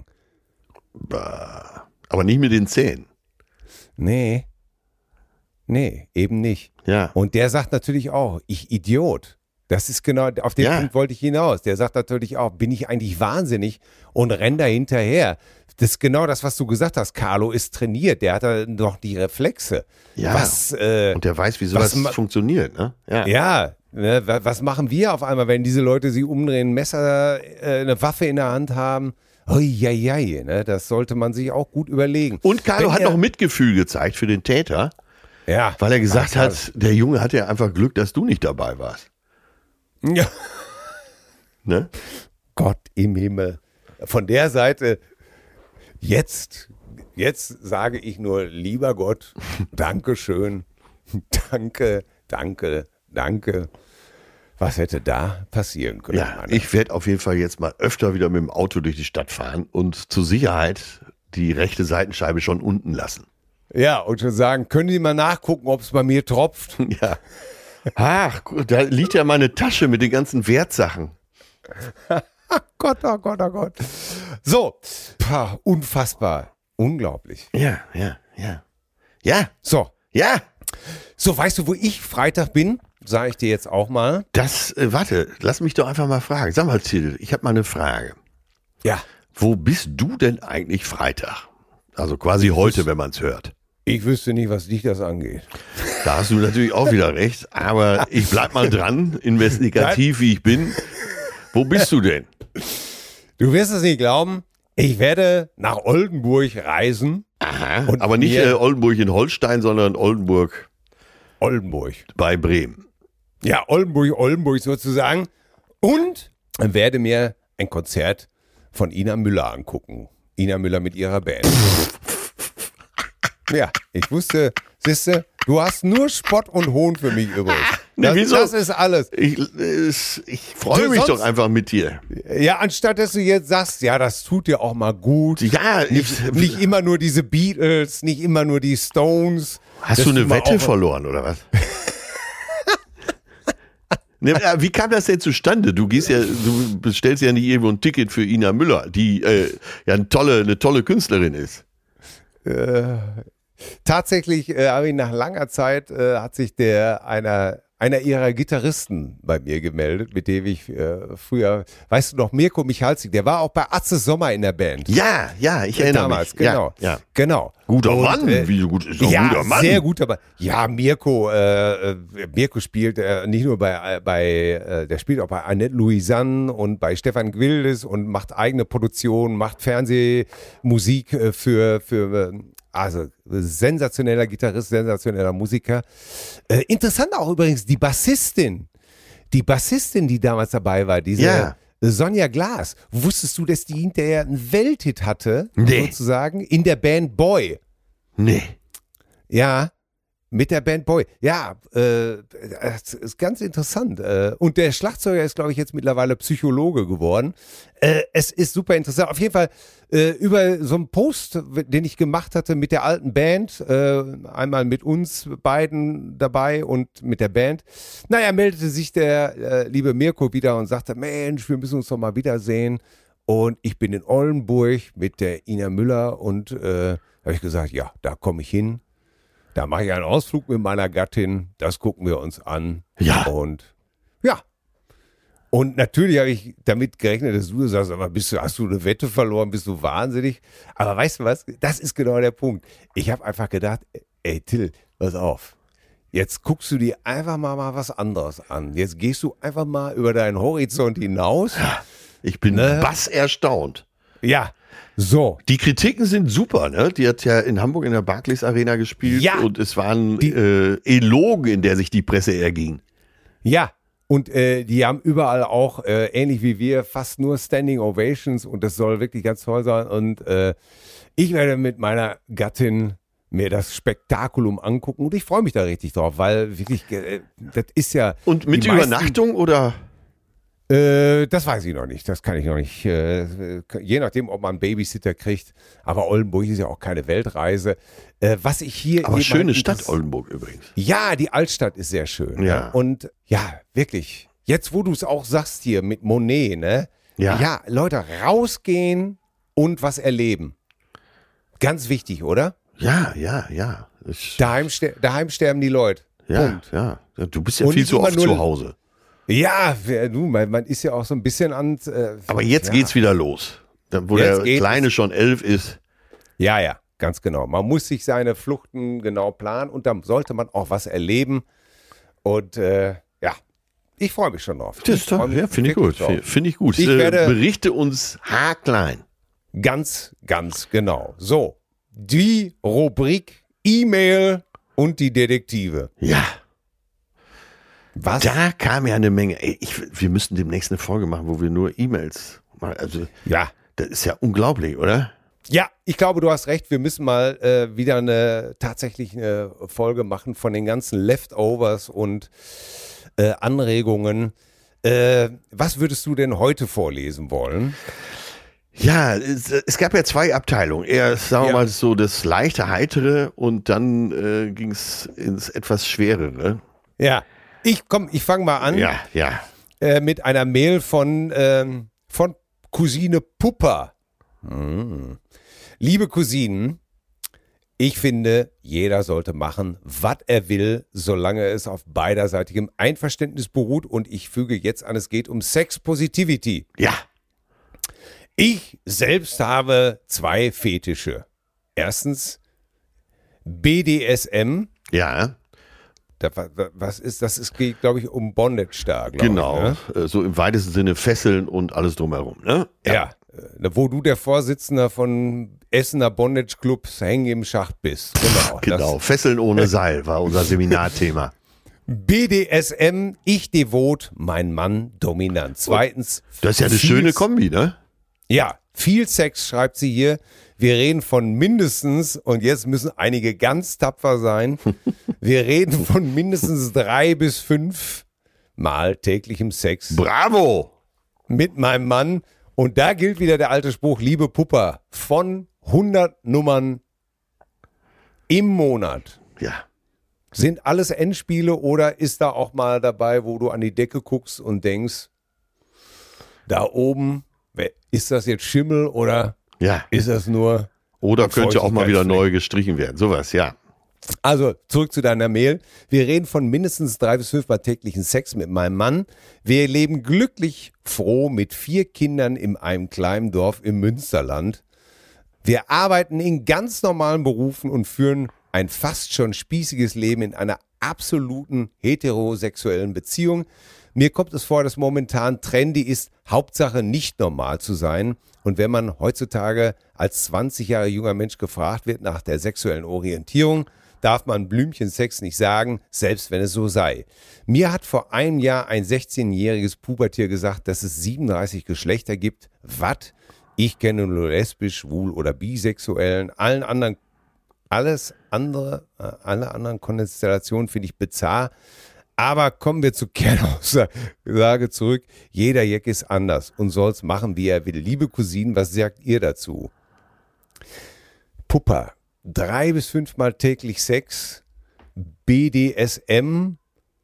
Aber nicht mit den Zähnen. Nee, eben nicht. Ja. Und der sagt natürlich auch, ich Idiot. Das ist genau, auf den Punkt wollte ich hinaus. Der sagt natürlich auch, bin ich eigentlich wahnsinnig und renn da hinterher. Das ist genau das, was du gesagt hast. Carlo ist trainiert, der hat da noch die Reflexe. Ja, und der weiß, wie sowas funktioniert. Ne? Ja, ne, was machen wir auf einmal, wenn diese Leute sie umdrehen, ein Messer, eine Waffe in der Hand haben? Uiuiui, ne, das sollte man sich auch gut überlegen. Und Carlo hat noch Mitgefühl gezeigt für den Täter, weil er gesagt hat, der Junge hatte ja einfach Glück, dass du nicht dabei warst. Ja. Ne? Gott im Himmel. Von der Seite, jetzt sage ich nur, lieber Gott, Dankeschön, danke. Was hätte da passieren können? Ja, ich werde auf jeden Fall jetzt mal öfter wieder mit dem Auto durch die Stadt fahren und zur Sicherheit die rechte Seitenscheibe schon unten lassen. Ja, und schon sagen, können Sie mal nachgucken, ob es bei mir tropft? Ja. Ach, da liegt ja meine Tasche mit den ganzen Wertsachen. Gott, oh Gott, oh Gott. So, unfassbar, unglaublich. Ja. So. Ja. So, weißt du, wo ich Freitag bin? Sage ich dir jetzt auch mal. Warte, lass mich doch einfach mal fragen. Sag mal, Till, ich habe mal eine Frage. Ja. Wo bist du denn eigentlich Freitag? Also quasi heute, wenn man es hört. Ich wüsste nicht, was dich das angeht. Da hast du natürlich auch wieder recht, aber ich bleib mal dran, investigativ wie ich bin. Wo bist du denn? Du wirst es nicht glauben, ich werde nach Oldenburg reisen. Aha, aber nicht Oldenburg in Holstein, sondern Oldenburg bei Bremen. Ja, Oldenburg sozusagen. Und werde mir ein Konzert von Ina Müller angucken. Ina Müller mit ihrer Band. Ja, ich wusste, siehste, du hast nur Spott und Hohn für mich übrig. Das ist alles. Ich freue mich doch einfach mit dir. Ja, anstatt dass du jetzt sagst, ja, das tut dir auch mal gut. Ja, nicht immer nur diese Beatles, nicht immer nur die Stones. Hast du eine Wette verloren oder was? Wie kam das denn zustande? Du bestellst ja nicht irgendwo ein Ticket für Ina Müller, die ja eine tolle Künstlerin ist. Tatsächlich habe ich nach langer Zeit hat sich einer ihrer Gitarristen bei mir gemeldet, mit dem ich früher, weißt du noch, Mirko Michalzik, der war auch bei Atze Sommer in der Band. Ja, ich erinnere mich. Genau, ja. Genau. Guter Mann, wie so gut ist doch ein guter Mann. Sehr gut, aber ja, Mirko spielt nicht nur der spielt auch bei Annette Louisanne und bei Stefan Gwildes und macht eigene Produktionen, macht Fernsehmusik also sensationeller Gitarrist, sensationeller Musiker. Interessant auch übrigens die Bassistin, die damals dabei war, diese Sonja Glas. Wusstest du, dass die hinterher einen Welthit hatte, sozusagen, in der Band Boy? Nee. Ja, mit der Band Boy. Ja, das ist ganz interessant. Und der Schlagzeuger ist, glaube ich, jetzt mittlerweile Psychologe geworden. Es ist super interessant. Auf jeden Fall über so einen Post, den ich gemacht hatte mit der alten Band, einmal mit uns beiden dabei und mit der Band. Naja, meldete sich der liebe Mirko wieder und sagte, Mensch, wir müssen uns doch mal wiedersehen. Und ich bin in Oldenburg mit der Ina Müller und habe ich gesagt, ja, da komme ich hin. Da mache ich einen Ausflug mit meiner Gattin, das gucken wir uns an. Ja. Und ja. Und natürlich habe ich damit gerechnet, dass du sagst, aber hast du eine Wette verloren, bist du wahnsinnig? Aber weißt du was? Das ist genau der Punkt. Ich habe einfach gedacht, ey Till, pass auf. Jetzt guckst du dir einfach mal was anderes an. Jetzt gehst du einfach mal über deinen Horizont hinaus. Ich bin bass erstaunt. Ja. So. Die Kritiken sind super, ne? Die hat ja in Hamburg in der Barclays Arena gespielt und es waren Elogen, in der sich die Presse erging. Ja, und die haben überall auch, ähnlich wie wir, fast nur Standing Ovations und das soll wirklich ganz toll sein. Und ich werde mit meiner Gattin mir das Spektakulum angucken und ich freue mich da richtig drauf, weil wirklich, das ist ja... Und mit Übernachtung oder? Das weiß ich noch nicht, das kann ich noch nicht, je nachdem, ob man einen Babysitter kriegt, aber Oldenburg ist ja auch keine Weltreise. Was ich hier... Aber schöne Stadt Oldenburg übrigens. Ja, die Altstadt ist sehr schön. Ja. Ne? Und ja, wirklich, jetzt wo du es auch sagst hier mit Monet, ne? Ja, Leute, rausgehen und was erleben. Ganz wichtig, oder? Ja. Daheim sterben die Leute. Ja, Punkt. ja. Du bist ja Und viel nicht zu immer oft nur- zu Hause. Ja, man ist ja auch so ein bisschen an... Aber jetzt geht's wieder los. Wo Jetzt der geht's. Kleine schon 11 ist. Ja, ganz genau. Man muss sich seine Fluchten genau planen und dann sollte man auch was erleben. Und ich freue mich schon drauf. Finde ich gut. Finde ich gut. Ich werde- Berichte uns haarklein. Ganz, ganz genau. So, die Rubrik E-Mail und die Detektive. Ja. Was? Da kam ja eine Menge. Ey, wir müssten demnächst eine Folge machen, wo wir nur E-Mails machen. Also, Ja. das ist ja unglaublich, oder? Ja, ich glaube, du hast recht. Wir müssen mal wieder tatsächlich eine Folge machen von den ganzen Leftovers und Anregungen. Was würdest du denn heute vorlesen wollen? Ja, es gab ja 2 Abteilungen. Erst, sagen wir mal, so das leichte, heitere und dann ging es ins etwas schwerere. Ja, ich fange mal an Ja. mit einer Mail von Cousine Puppa. Liebe Cousinen, ich finde, jeder sollte machen, was er will, solange es auf beiderseitigem Einverständnis beruht. Und ich füge jetzt an, es geht um Sex Positivity. Ja. Ich selbst habe 2 Fetische. Erstens BDSM. Ja, Was ist das? Es geht, glaube ich, um Bondage da, glaube genau. ich. Ne? So im weitesten Sinne Fesseln und alles drumherum, ne? Ja. Wo du der Vorsitzender von Essener Bondage Clubs Hängen im Schacht bist. Genau. Fesseln ohne Seil war unser Seminarthema. BDSM, ich devot, mein Mann dominant. Zweitens. Das ist ja eine schöne Kombi, ne? Ja, viel Sex, schreibt sie hier. Wir reden von mindestens, und jetzt müssen einige ganz tapfer sein, wir reden von mindestens 3 bis 5 Mal täglichem Sex Bravo! mit meinem Mann. Und da gilt wieder der alte Spruch, liebe Puppa, von 100 Nummern im Monat. Ja. Sind alles Endspiele oder ist da auch mal dabei, wo du an die Decke guckst und denkst, da oben, ist das jetzt Schimmel oder Ja. ist das nur... Oder könnte auch mal wieder Feuchtigkeitsfleck? neu gestrichen werden. Sowas, ja. Also, zurück zu deiner Mail. Wir reden von mindestens 3 bis 5 Mal täglichen Sex mit meinem Mann. Wir leben glücklich, froh mit 4 Kindern in einem kleinen Dorf im Münsterland. Wir arbeiten in ganz normalen Berufen und führen ein fast schon spießiges Leben in einer absoluten heterosexuellen Beziehung. Mir kommt es vor, dass momentan trendy ist, Hauptsache nicht normal zu sein. Und wenn man heutzutage als 20 Jahre junger Mensch gefragt wird nach der sexuellen Orientierung, darf man Blümchensex nicht sagen, selbst wenn es so sei. Mir hat vor einem Jahr ein 16-jähriges Pubertier gesagt, dass es 37 Geschlechter gibt. Was? Ich kenne nur lesbisch, schwul oder bisexuellen. Alle anderen Konstellationen finde ich bizarr. Aber kommen wir zur Kernaussage zurück. Jeder Jack ist anders und soll's machen, wie er will. Liebe Cousinen, was sagt ihr dazu? Puppa, 3 bis 5 Mal täglich Sex, BDSM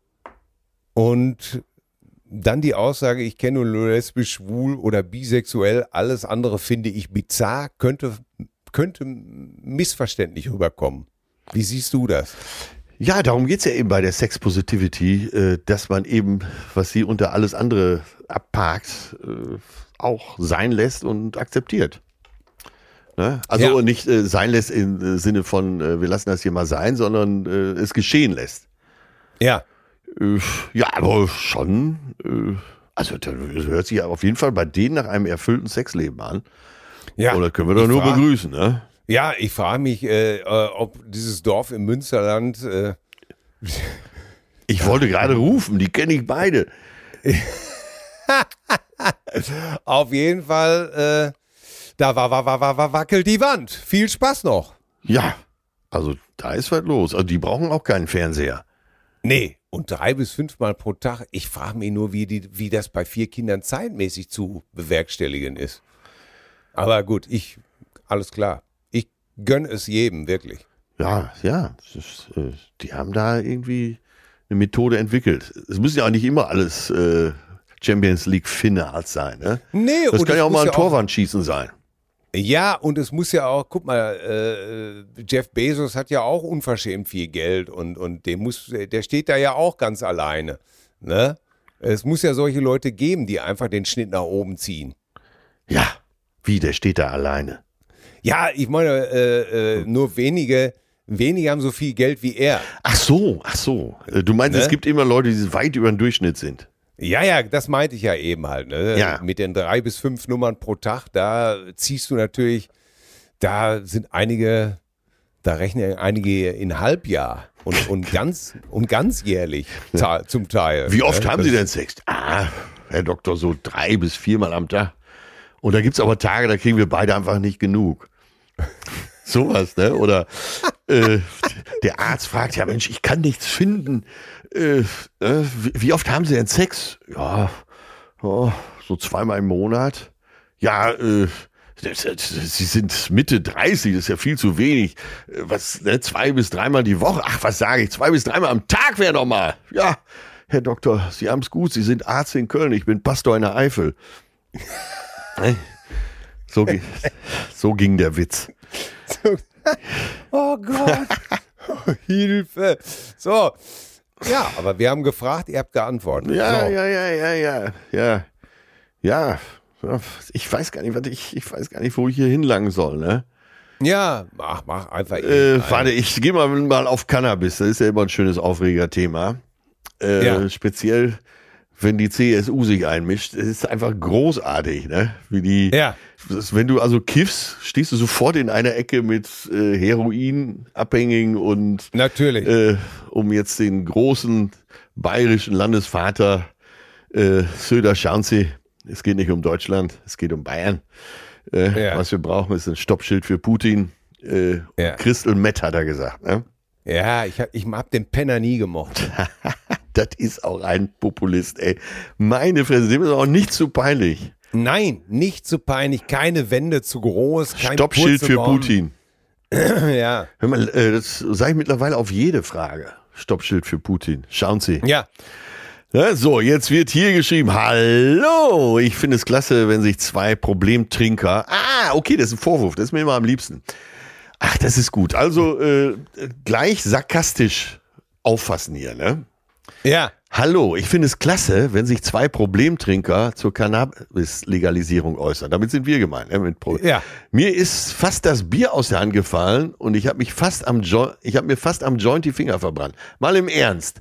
und dann die Aussage, ich kenne nur lesbisch, schwul oder bisexuell. Alles andere finde ich bizarr, könnte missverständlich rüberkommen. Wie siehst du das? Ja, darum geht's ja eben bei der Sex Positivity, dass man eben, was sie unter alles andere abparkt, auch sein lässt und akzeptiert. Ne? Also nicht sein lässt im Sinne von, wir lassen das hier mal sein, sondern es geschehen lässt. Ja. Ja, aber schon, also das hört sich ja auf jeden Fall bei denen nach einem erfüllten Sexleben an. Ja. Oder können wir doch nur begrüßen, ne? Ja, ich frage mich, ob dieses Dorf im Münsterland... Ich wollte gerade rufen, die kenne ich beide. Auf jeden Fall, da wackelt die Wand. Viel Spaß noch. Ja, Also da ist was los. Also die brauchen auch keinen Fernseher. Nee, und 3 bis 5 Mal pro Tag. Ich frage mich nur, wie das bei 4 Kindern zeitmäßig zu bewerkstelligen ist. Aber gut, alles klar. Ich gönne es jedem, wirklich. Ja, die haben da irgendwie eine Methode entwickelt. Es müssen ja auch nicht immer alles Champions League Finals sein, ne? Nee, das kann ja auch mal ein Torwandschießen sein. Ja, und es muss ja auch, guck mal, Jeff Bezos hat ja auch unverschämt viel Geld und der steht da ja auch ganz alleine, ne? Es muss ja solche Leute geben, die einfach den Schnitt nach oben ziehen. Ja, wie, der steht da alleine? Ja, ich meine, nur wenige haben so viel Geld wie er. Ach so. Du meinst, Ne? Es gibt immer Leute, die weit über den Durchschnitt sind. Ja, das meinte ich ja eben halt. Ne? Ja. Mit den 3 bis 5 Nummern pro Tag, da ziehst du natürlich, da rechnen einige in Halbjahr und ganzjährlich zum Teil. Wie oft ne? haben Sie denn Sex? Herr Doktor, so 3 bis 4 Mal am Tag. Und da gibt es aber Tage, da kriegen wir beide einfach nicht genug. Sowas, ne? Oder der Arzt fragt, ja Mensch, ich kann nichts finden. Wie oft haben Sie denn Sex? Ja, so 2-mal im Monat. Ja, Sie sind Mitte 30, das ist ja viel zu wenig. 2 bis 3 Mal die Woche? Ach, was sage ich? 2 bis 3 Mal am Tag wäre doch mal. Ja, Herr Doktor, Sie haben es gut, Sie sind Arzt in Köln, ich bin Pastor in der Eifel. So ging der Witz. Oh Gott. Hilfe. So. Ja, aber wir haben gefragt, ihr habt geantwortet. Ja, so. Ja. Ich weiß gar nicht, wo ich hier hinlangen soll, ne? Ja, mach einfach. Warte, ich gehe mal auf Cannabis. Das ist ja immer ein schönes Aufregerthema. Speziell, wenn die CSU sich einmischt. Es ist einfach großartig, ne? Wenn du also kiffst, stehst du sofort in einer Ecke mit Heroinabhängigen und natürlich. Um jetzt den großen bayerischen Landesvater Söder-Schanze, es geht nicht um Deutschland, es geht um Bayern. Was wir brauchen, ist ein Stoppschild für Putin. Crystal Meth, hat er gesagt. Ne? Ja, ich hab den Penner nie gemocht. Das ist auch ein Populist, ey. Meine Fresse, dem ist auch nicht zu peinlich. Nein, nicht zu peinlich, keine Wände zu groß, kein Stoppschild für Putin. Ja. Hör mal, das sage ich mittlerweile auf jede Frage. Stoppschild für Putin. Schauen Sie. Ja. So, jetzt wird hier geschrieben, hallo, ich finde es klasse, wenn sich 2 Problemtrinker, okay, das ist ein Vorwurf, das ist mir immer am liebsten. Ach, das ist gut. Also gleich sarkastisch auffassen hier, ne? Ja. Hallo, ich finde es klasse, wenn sich 2 Problemtrinker zur Cannabis-Legalisierung äußern. Damit sind wir gemeint. Ne? Mir ist fast das Bier aus der Hand gefallen und ich habe mir fast am Joint die Finger verbrannt. Mal im Ernst.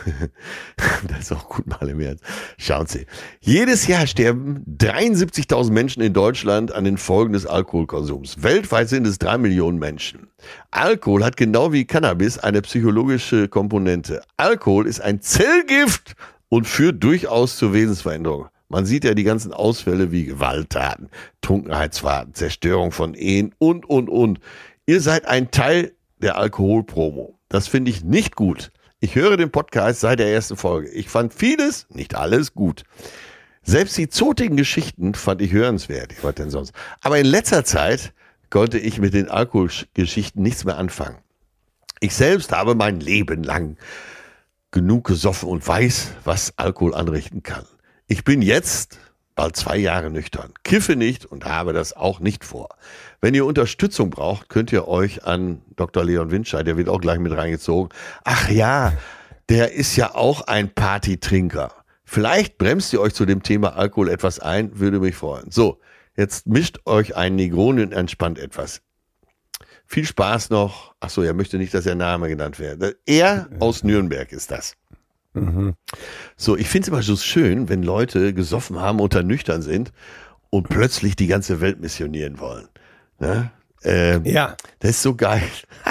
Das ist auch gut, mal im Ernst. Schauen Sie. Jedes Jahr sterben 73.000 Menschen in Deutschland an den Folgen des Alkoholkonsums. Weltweit sind es 3 Millionen Menschen. Alkohol hat genau wie Cannabis eine psychologische Komponente. Alkohol ist ein Zellgift und führt durchaus zur Wesensveränderung. Man sieht ja die ganzen Ausfälle wie Gewalttaten, Trunkenheitsfahrten, Zerstörung von Ehen und. Ihr seid ein Teil der Alkoholpromo. Das finde ich nicht gut. Ich höre den Podcast seit der ersten Folge. Ich fand vieles, nicht alles, gut. Selbst die zotigen Geschichten fand ich hörenswert. Was denn sonst? Aber in letzter Zeit konnte ich mit den Alkoholgeschichten nichts mehr anfangen. Ich selbst habe mein Leben lang genug gesoffen und weiß, was Alkohol anrichten kann. Ich bin jetzt bald 2 Jahre nüchtern, kiffe nicht und habe das auch nicht vor. Wenn ihr Unterstützung braucht, könnt ihr euch an Dr. Leon Windscheid, der wird auch gleich mit reingezogen. Ach ja, der ist ja auch ein Partytrinker. Vielleicht bremst ihr euch zu dem Thema Alkohol etwas ein, würde mich freuen. So, jetzt mischt euch ein Negroni und entspannt etwas. Viel Spaß noch. Ach so, er möchte nicht, dass der Name genannt wird. Er aus Nürnberg ist das. Mhm. So, ich finde es immer so schön, wenn Leute gesoffen haben und dann nüchtern sind und plötzlich die ganze Welt missionieren wollen. Ne? Ja. Das ist so geil.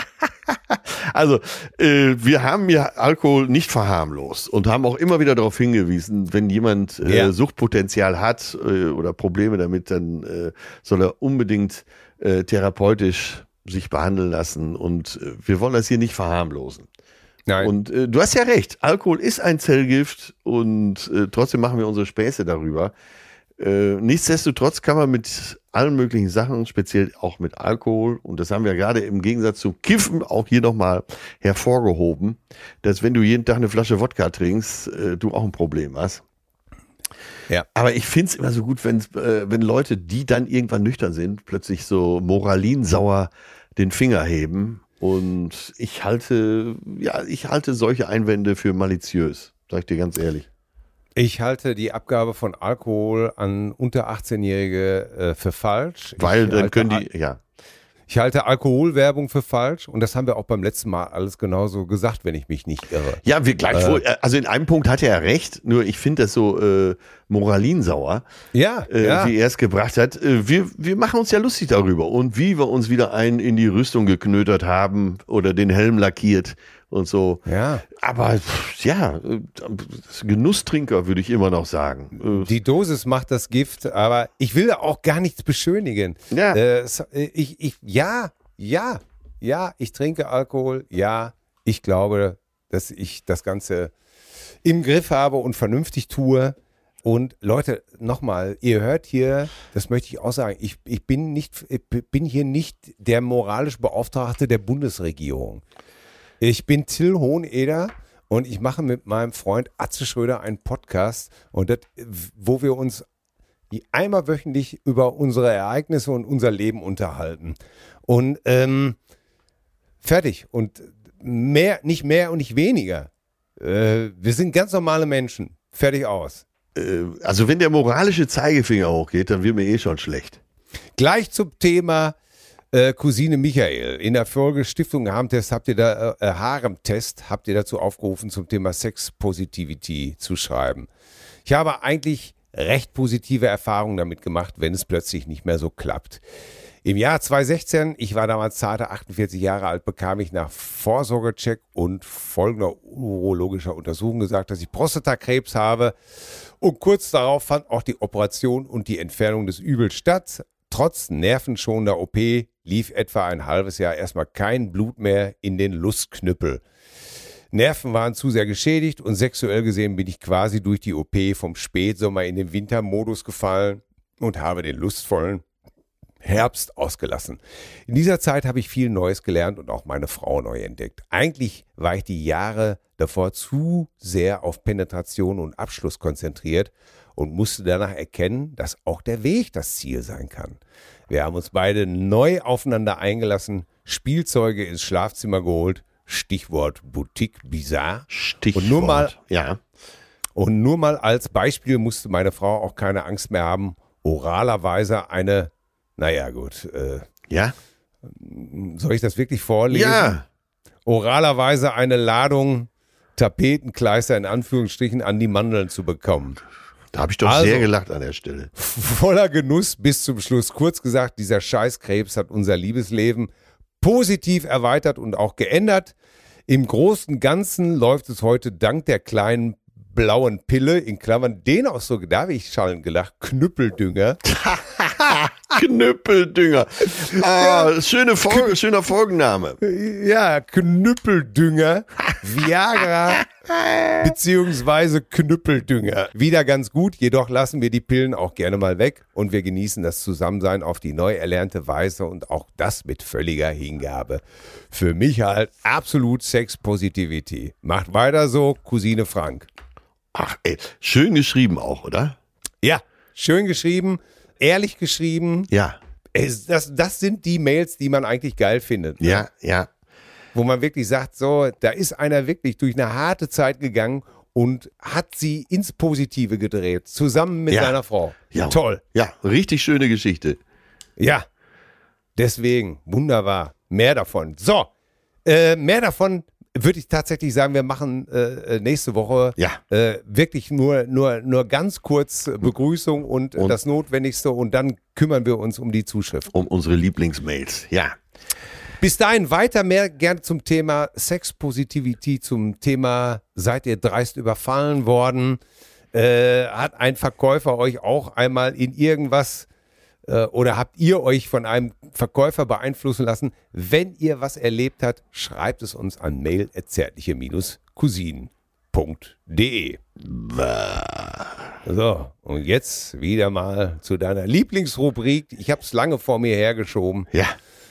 Also, wir haben ja Alkohol nicht verharmlost und haben auch immer wieder darauf hingewiesen, wenn jemand Suchtpotenzial hat oder Probleme damit, dann soll er unbedingt therapeutisch sich behandeln lassen und wir wollen das hier nicht verharmlosen. Nein. Und du hast ja recht, Alkohol ist ein Zellgift und trotzdem machen wir unsere Späße darüber. Nichtsdestotrotz kann man mit allen möglichen Sachen, speziell auch mit Alkohol, und das haben wir gerade im Gegensatz zum Kiffen auch hier nochmal hervorgehoben, dass wenn du jeden Tag eine Flasche Wodka trinkst, du auch ein Problem hast. Ja. Aber ich finde es immer so gut, wenn Leute, die dann irgendwann nüchtern sind, plötzlich so moralinsauer den Finger heben. Und ich halte solche Einwände für maliziös, sag ich dir ganz ehrlich. Ich halte die Abgabe von Alkohol an unter 18-Jährige für falsch. Weil dann können die, ja. Ich halte Alkoholwerbung für falsch und das haben wir auch beim letzten Mal alles genauso gesagt, wenn ich mich nicht irre. Ja, also in einem Punkt hat er ja recht, nur ich finde das so moralinsauer, ja. wie er es gebracht hat. Wir machen uns ja lustig darüber und wie wir uns wieder einen in die Rüstung geknötert haben oder den Helm lackiert und so. Ja. Aber ja, Genusstrinker würde ich immer noch sagen. Die Dosis macht das Gift, aber ich will da auch gar nichts beschönigen. Ja. Ich trinke Alkohol, ja, ich glaube, dass ich das Ganze im Griff habe und vernünftig tue. Und Leute, nochmal, ihr hört hier, das möchte ich auch sagen, ich bin hier nicht der moralische Beauftragte der Bundesregierung. Ich bin Till Hoheneder und ich mache mit meinem Freund Atze Schröder einen Podcast, wo wir uns einmal wöchentlich über unsere Ereignisse und unser Leben unterhalten. Und fertig. Und nicht mehr und nicht weniger. Wir sind ganz normale Menschen. Fertig aus. Also wenn der moralische Zeigefinger hochgeht, dann wird mir eh schon schlecht. Gleich zum Thema Cousine Michael. In der Folge Stiftung Haremtest habt ihr dazu aufgerufen, zum Thema Sex Positivity zu schreiben. Ich habe eigentlich recht positive Erfahrungen damit gemacht, wenn es plötzlich nicht mehr so klappt. Im Jahr 2016, ich war damals zarte 48 Jahre alt, bekam ich nach Vorsorgecheck und folgender urologischer Untersuchung gesagt, dass ich Prostatakrebs habe. Und kurz darauf fand auch die Operation und die Entfernung des Übels statt. Trotz nervenschonender OP lief etwa ein halbes Jahr erstmal kein Blut mehr in den Lustknüppel. Nerven waren zu sehr geschädigt und sexuell gesehen bin ich quasi durch die OP vom Spätsommer in den Wintermodus gefallen und habe den lustvollen Herbst ausgelassen. In dieser Zeit habe ich viel Neues gelernt und auch meine Frau neu entdeckt. Eigentlich war ich die Jahre davor zu sehr auf Penetration und Abschluss konzentriert und musste danach erkennen, dass auch der Weg das Ziel sein kann. Wir haben uns beide neu aufeinander eingelassen, Spielzeuge ins Schlafzimmer geholt, Stichwort Boutique Bizarre. Stichwort, Und nur mal als Beispiel musste meine Frau auch keine Angst mehr haben, oralerweise eine, naja gut. Ja? Soll ich das wirklich vorlesen? Ja. Oralerweise eine Ladung Tapetenkleister in Anführungsstrichen an die Mandeln zu bekommen. Da habe ich doch sehr gelacht an der Stelle. Voller Genuss bis zum Schluss. Kurz gesagt, dieser Scheißkrebs hat unser Liebesleben positiv erweitert und auch geändert. Im Großen und Ganzen läuft es heute dank der kleinen blauen Pille, in Klammern, den auch so, da habe ich schallend gelacht, Knüppeldünger. Knüppeldünger. Schöner Folgenname. Ja, Knüppeldünger, Viagra beziehungsweise Knüppeldünger. Wieder ganz gut, jedoch lassen wir die Pillen auch gerne mal weg und wir genießen das Zusammensein auf die neu erlernte Weise und auch das mit völliger Hingabe. Für mich halt absolut Sex-Positivity. Macht weiter so, Cousine Frank. Ach ey, schön geschrieben auch, oder? Ja, schön geschrieben, ehrlich geschrieben. Ja. Das sind die Mails, die man eigentlich geil findet. Ne? Ja, ja. Wo man wirklich sagt, so, da ist einer wirklich durch eine harte Zeit gegangen und hat sie ins Positive gedreht, zusammen mit seiner Frau. Ja. Toll. Ja, richtig schöne Geschichte. Ja, deswegen, wunderbar. Mehr davon. So, mehr davon würde ich tatsächlich sagen, wir machen nächste Woche wirklich nur ganz kurz Begrüßung und das Notwendigste und dann kümmern wir uns um die Zuschrift. Um unsere Lieblingsmails, ja. Bis dahin weiter mehr gerne zum Thema Sex-Positivity, zum Thema seid ihr dreist überfallen worden? Hat ein Verkäufer euch auch einmal in irgendwas Oder habt ihr euch von einem Verkäufer beeinflussen lassen? Wenn ihr was erlebt habt, schreibt es uns an mail@zärtliche-cousinen.de. So, und jetzt wieder mal zu deiner Lieblingsrubrik. Ich habe es lange vor mir hergeschoben. Ja.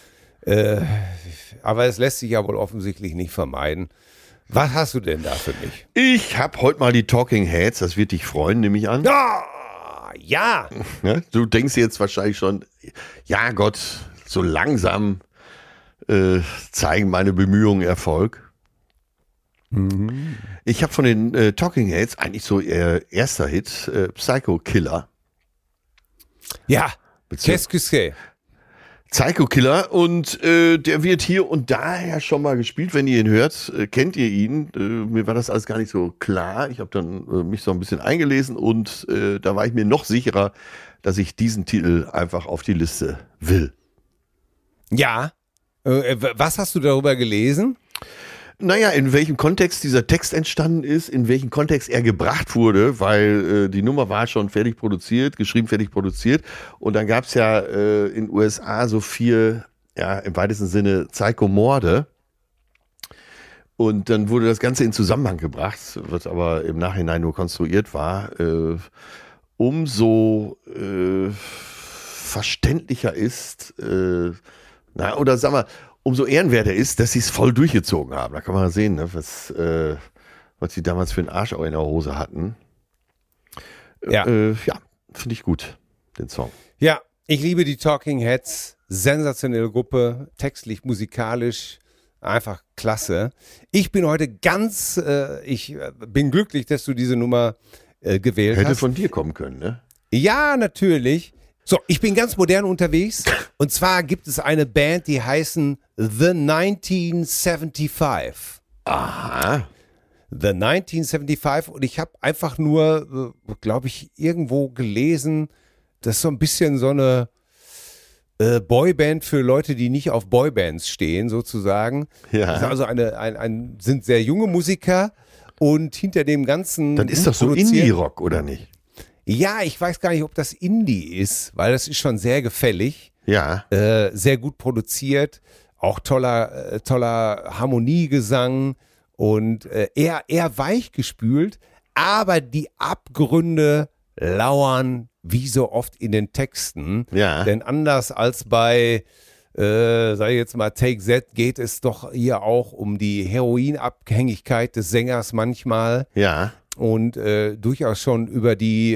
Aber es lässt sich ja wohl offensichtlich nicht vermeiden. Was hast du denn da für mich? Ich habe heute mal die Talking Heads, das wird dich freuen, nehme ich an. Ja. Du denkst jetzt wahrscheinlich schon, ja Gott, so langsam zeigen meine Bemühungen Erfolg. Mhm. Ich habe von den Talking Heads eigentlich so ihr erster Hit, Psycho Killer. Ja, qu'est-ce que c'est? Psycho Killer, und der wird hier und da ja schon mal gespielt. Wenn ihr ihn hört, kennt ihr ihn. Mir war das alles gar nicht so klar. Ich habe dann mich so ein bisschen eingelesen, und da war ich mir noch sicherer, dass ich diesen Titel einfach auf die Liste will. Ja, was hast du darüber gelesen? Naja, in welchem Kontext dieser Text entstanden ist, in welchem Kontext er gebracht wurde, weil die Nummer war schon fertig produziert, geschrieben, fertig produziert. Und dann gab es ja in den USA so 4, ja, im weitesten Sinne Psycho-Morde. Und dann wurde das Ganze in Zusammenhang gebracht, was aber im Nachhinein nur konstruiert war. Umso verständlicher ist, oder sagen wir, umso ehrenwerter ist, dass sie es voll durchgezogen haben. Da kann man sehen, ne, was sie damals für einen Arsch auch in der Hose hatten. Ja, finde ich gut, den Song. Ja, ich liebe die Talking Heads. Sensationelle Gruppe, textlich, musikalisch, einfach klasse. Ich bin heute ich bin glücklich, dass du diese Nummer gewählt hast. Hätte von dir kommen können, ne? Ja, natürlich. So, ich bin ganz modern unterwegs, und zwar gibt es eine Band, die heißen The 1975. Aha. The 1975, und ich habe einfach nur, glaube ich, irgendwo gelesen, das ist so ein bisschen so eine Boyband für Leute, die nicht auf Boybands stehen, sozusagen. Ja. Das ist also sind sehr junge Musiker, und hinter dem ganzen... Dann ist das so Indie-Rock, oder nicht? Ja, ich weiß gar nicht, ob das Indie ist, weil das ist schon sehr gefällig. Ja. Sehr gut produziert, auch toller Harmoniegesang und eher weich gespült, aber die Abgründe lauern wie so oft in den Texten. Ja. Denn anders als bei, sag ich jetzt mal, Take That, geht es doch hier auch um die Heroinabhängigkeit des Sängers manchmal. Ja. Und durchaus schon über die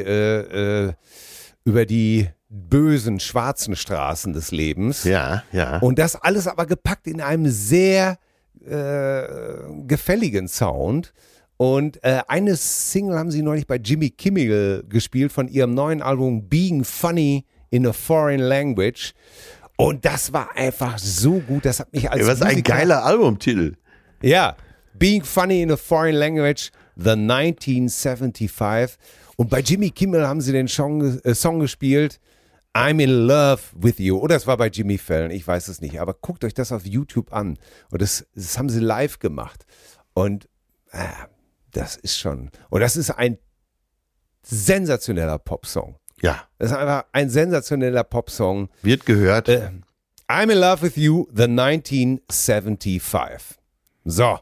bösen, schwarzen Straßen des Lebens. Ja, ja. Und das alles aber gepackt in einem sehr gefälligen Sound. Und eine Single haben sie neulich bei Jimmy Kimmel gespielt von ihrem neuen Album Being Funny in a Foreign Language. Und das war einfach so gut, das hat mich als Was ein geiler Albumtitel. Ja, Being Funny in a Foreign Language, The 1975. Und bei Jimmy Kimmel haben sie den Song gespielt, I'm in Love with You. Oder es war bei Jimmy Fallon, ich weiß es nicht. Aber guckt euch das auf YouTube an. Und das haben sie live gemacht. Und das ist schon... Und das ist ein sensationeller Popsong. Ja. Das ist einfach ein sensationeller Popsong. Wird gehört. I'm in Love with You, The 1975. So.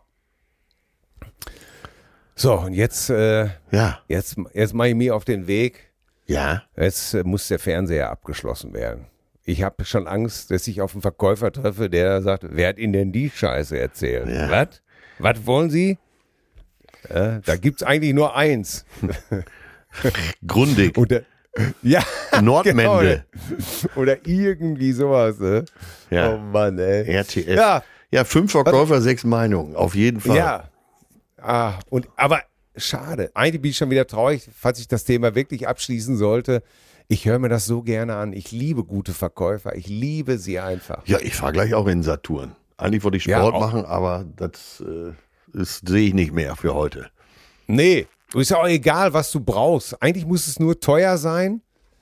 So, und jetzt mache ich mir auf den Weg. Ja. Jetzt muss der Fernseher abgeschlossen werden. Ich habe schon Angst, dass ich auf einen Verkäufer treffe, der sagt, wer hat Ihnen denn die Scheiße erzählt? Ja. Was? Was wollen Sie? Da gibt es eigentlich nur eins. Grundig. Ja, Nordmende. Genau. Oder irgendwie sowas. Ne? Ja. Oh Mann, ey. RTF. Ja, 5 Verkäufer, 6 Meinungen. Auf jeden Fall. Ja. Aber schade. Eigentlich bin ich schon wieder traurig, falls ich das Thema wirklich abschließen sollte. Ich höre mir das so gerne an. Ich liebe gute Verkäufer. Ich liebe sie einfach. Ja, ich fahre gleich auch in Saturn. Eigentlich wollte ich Sport machen, aber das sehe ich nicht mehr für heute. Nee, ist ja auch egal, was du brauchst. Eigentlich muss es nur teuer sein.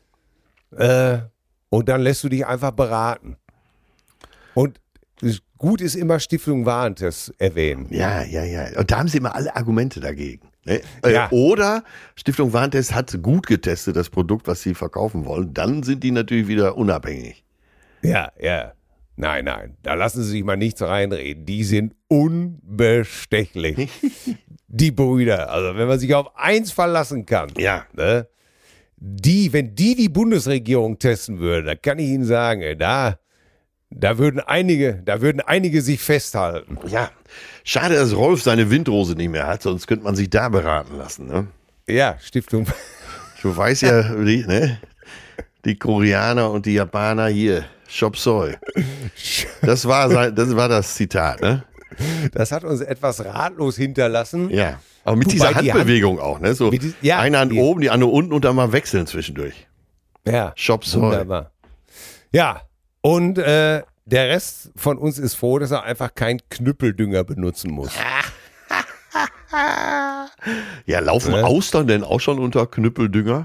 Und dann lässt du dich einfach beraten. Und gut ist immer Stiftung Warentest erwähnen. Ja. Und da haben sie immer alle Argumente dagegen. Ja. Oder Stiftung Warentest hat gut getestet, das Produkt, was sie verkaufen wollen. Dann sind die natürlich wieder unabhängig. Ja. Nein, da lassen Sie sich mal nichts reinreden. Die sind unbestechlich. Die Brüder. Also wenn man sich auf eins verlassen kann. Ja. Ne? Wenn die Bundesregierung testen würde, dann kann ich Ihnen sagen, da würden einige sich festhalten. Ja, schade, dass Rolf seine Windrose nicht mehr hat, sonst könnte man sich da beraten lassen. Ne? Ja, Stiftung. Du weißt ja, die Koreaner und die Japaner hier, Chop Suey. Das war das Zitat, ne? Das hat uns etwas ratlos hinterlassen. Ja, aber mit dieser Handbewegung auch, ne? So eine Hand oben, die andere unten und dann mal wechseln zwischendurch. Ja, Chop Suey. Wunderbar. Ja, und der Rest von uns ist froh, dass er einfach keinen Knüppeldünger benutzen muss. Ja, laufen Austern denn auch schon unter Knüppeldünger?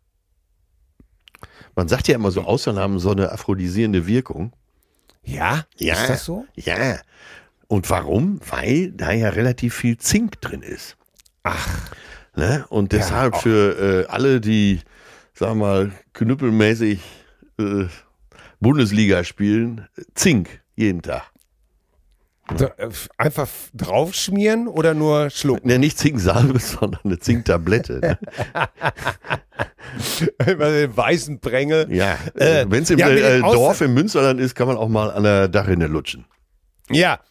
Man sagt ja immer so, Austern haben so eine aphrodisierende Wirkung. Ja? Ist das so? Ja. Und warum? Weil da ja relativ viel Zink drin ist. Ach. Ne? Und deshalb für alle, die, sagen wir mal, knüppelmäßig Bundesliga spielen, Zink jeden Tag. Einfach draufschmieren oder nur schlucken? Ne, nicht Zinksalbe, sondern eine Zinktablette. Ne? Den weißen Prängel. Ja, wenn es im Dorf im Münsterland ist, kann man auch mal an der Dachrinne lutschen. Ja.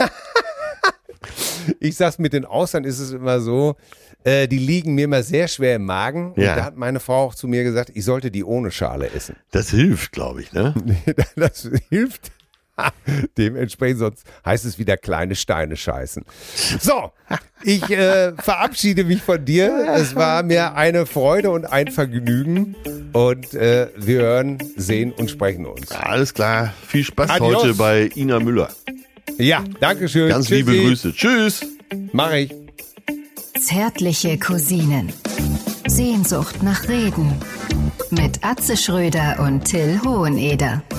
Ich sag's, mit den Austern ist es immer so, die liegen mir immer sehr schwer im Magen. Und da hat meine Frau auch zu mir gesagt, ich sollte die ohne Schale essen. Das hilft, glaube ich, ne? Das hilft. Dementsprechend, sonst heißt es wieder kleine Steine scheißen. So, ich verabschiede mich von dir. Es war mir eine Freude und ein Vergnügen. Und wir hören, sehen und sprechen uns. Alles klar. Viel Spaß Adios. heute bei Ina Müller. Ja, danke schön. Ganz liebe Grüße. Tschüss. Mach ich. Zärtliche Cousinen. Sehnsucht nach Reden. Mit Atze Schröder und Till Hoheneder.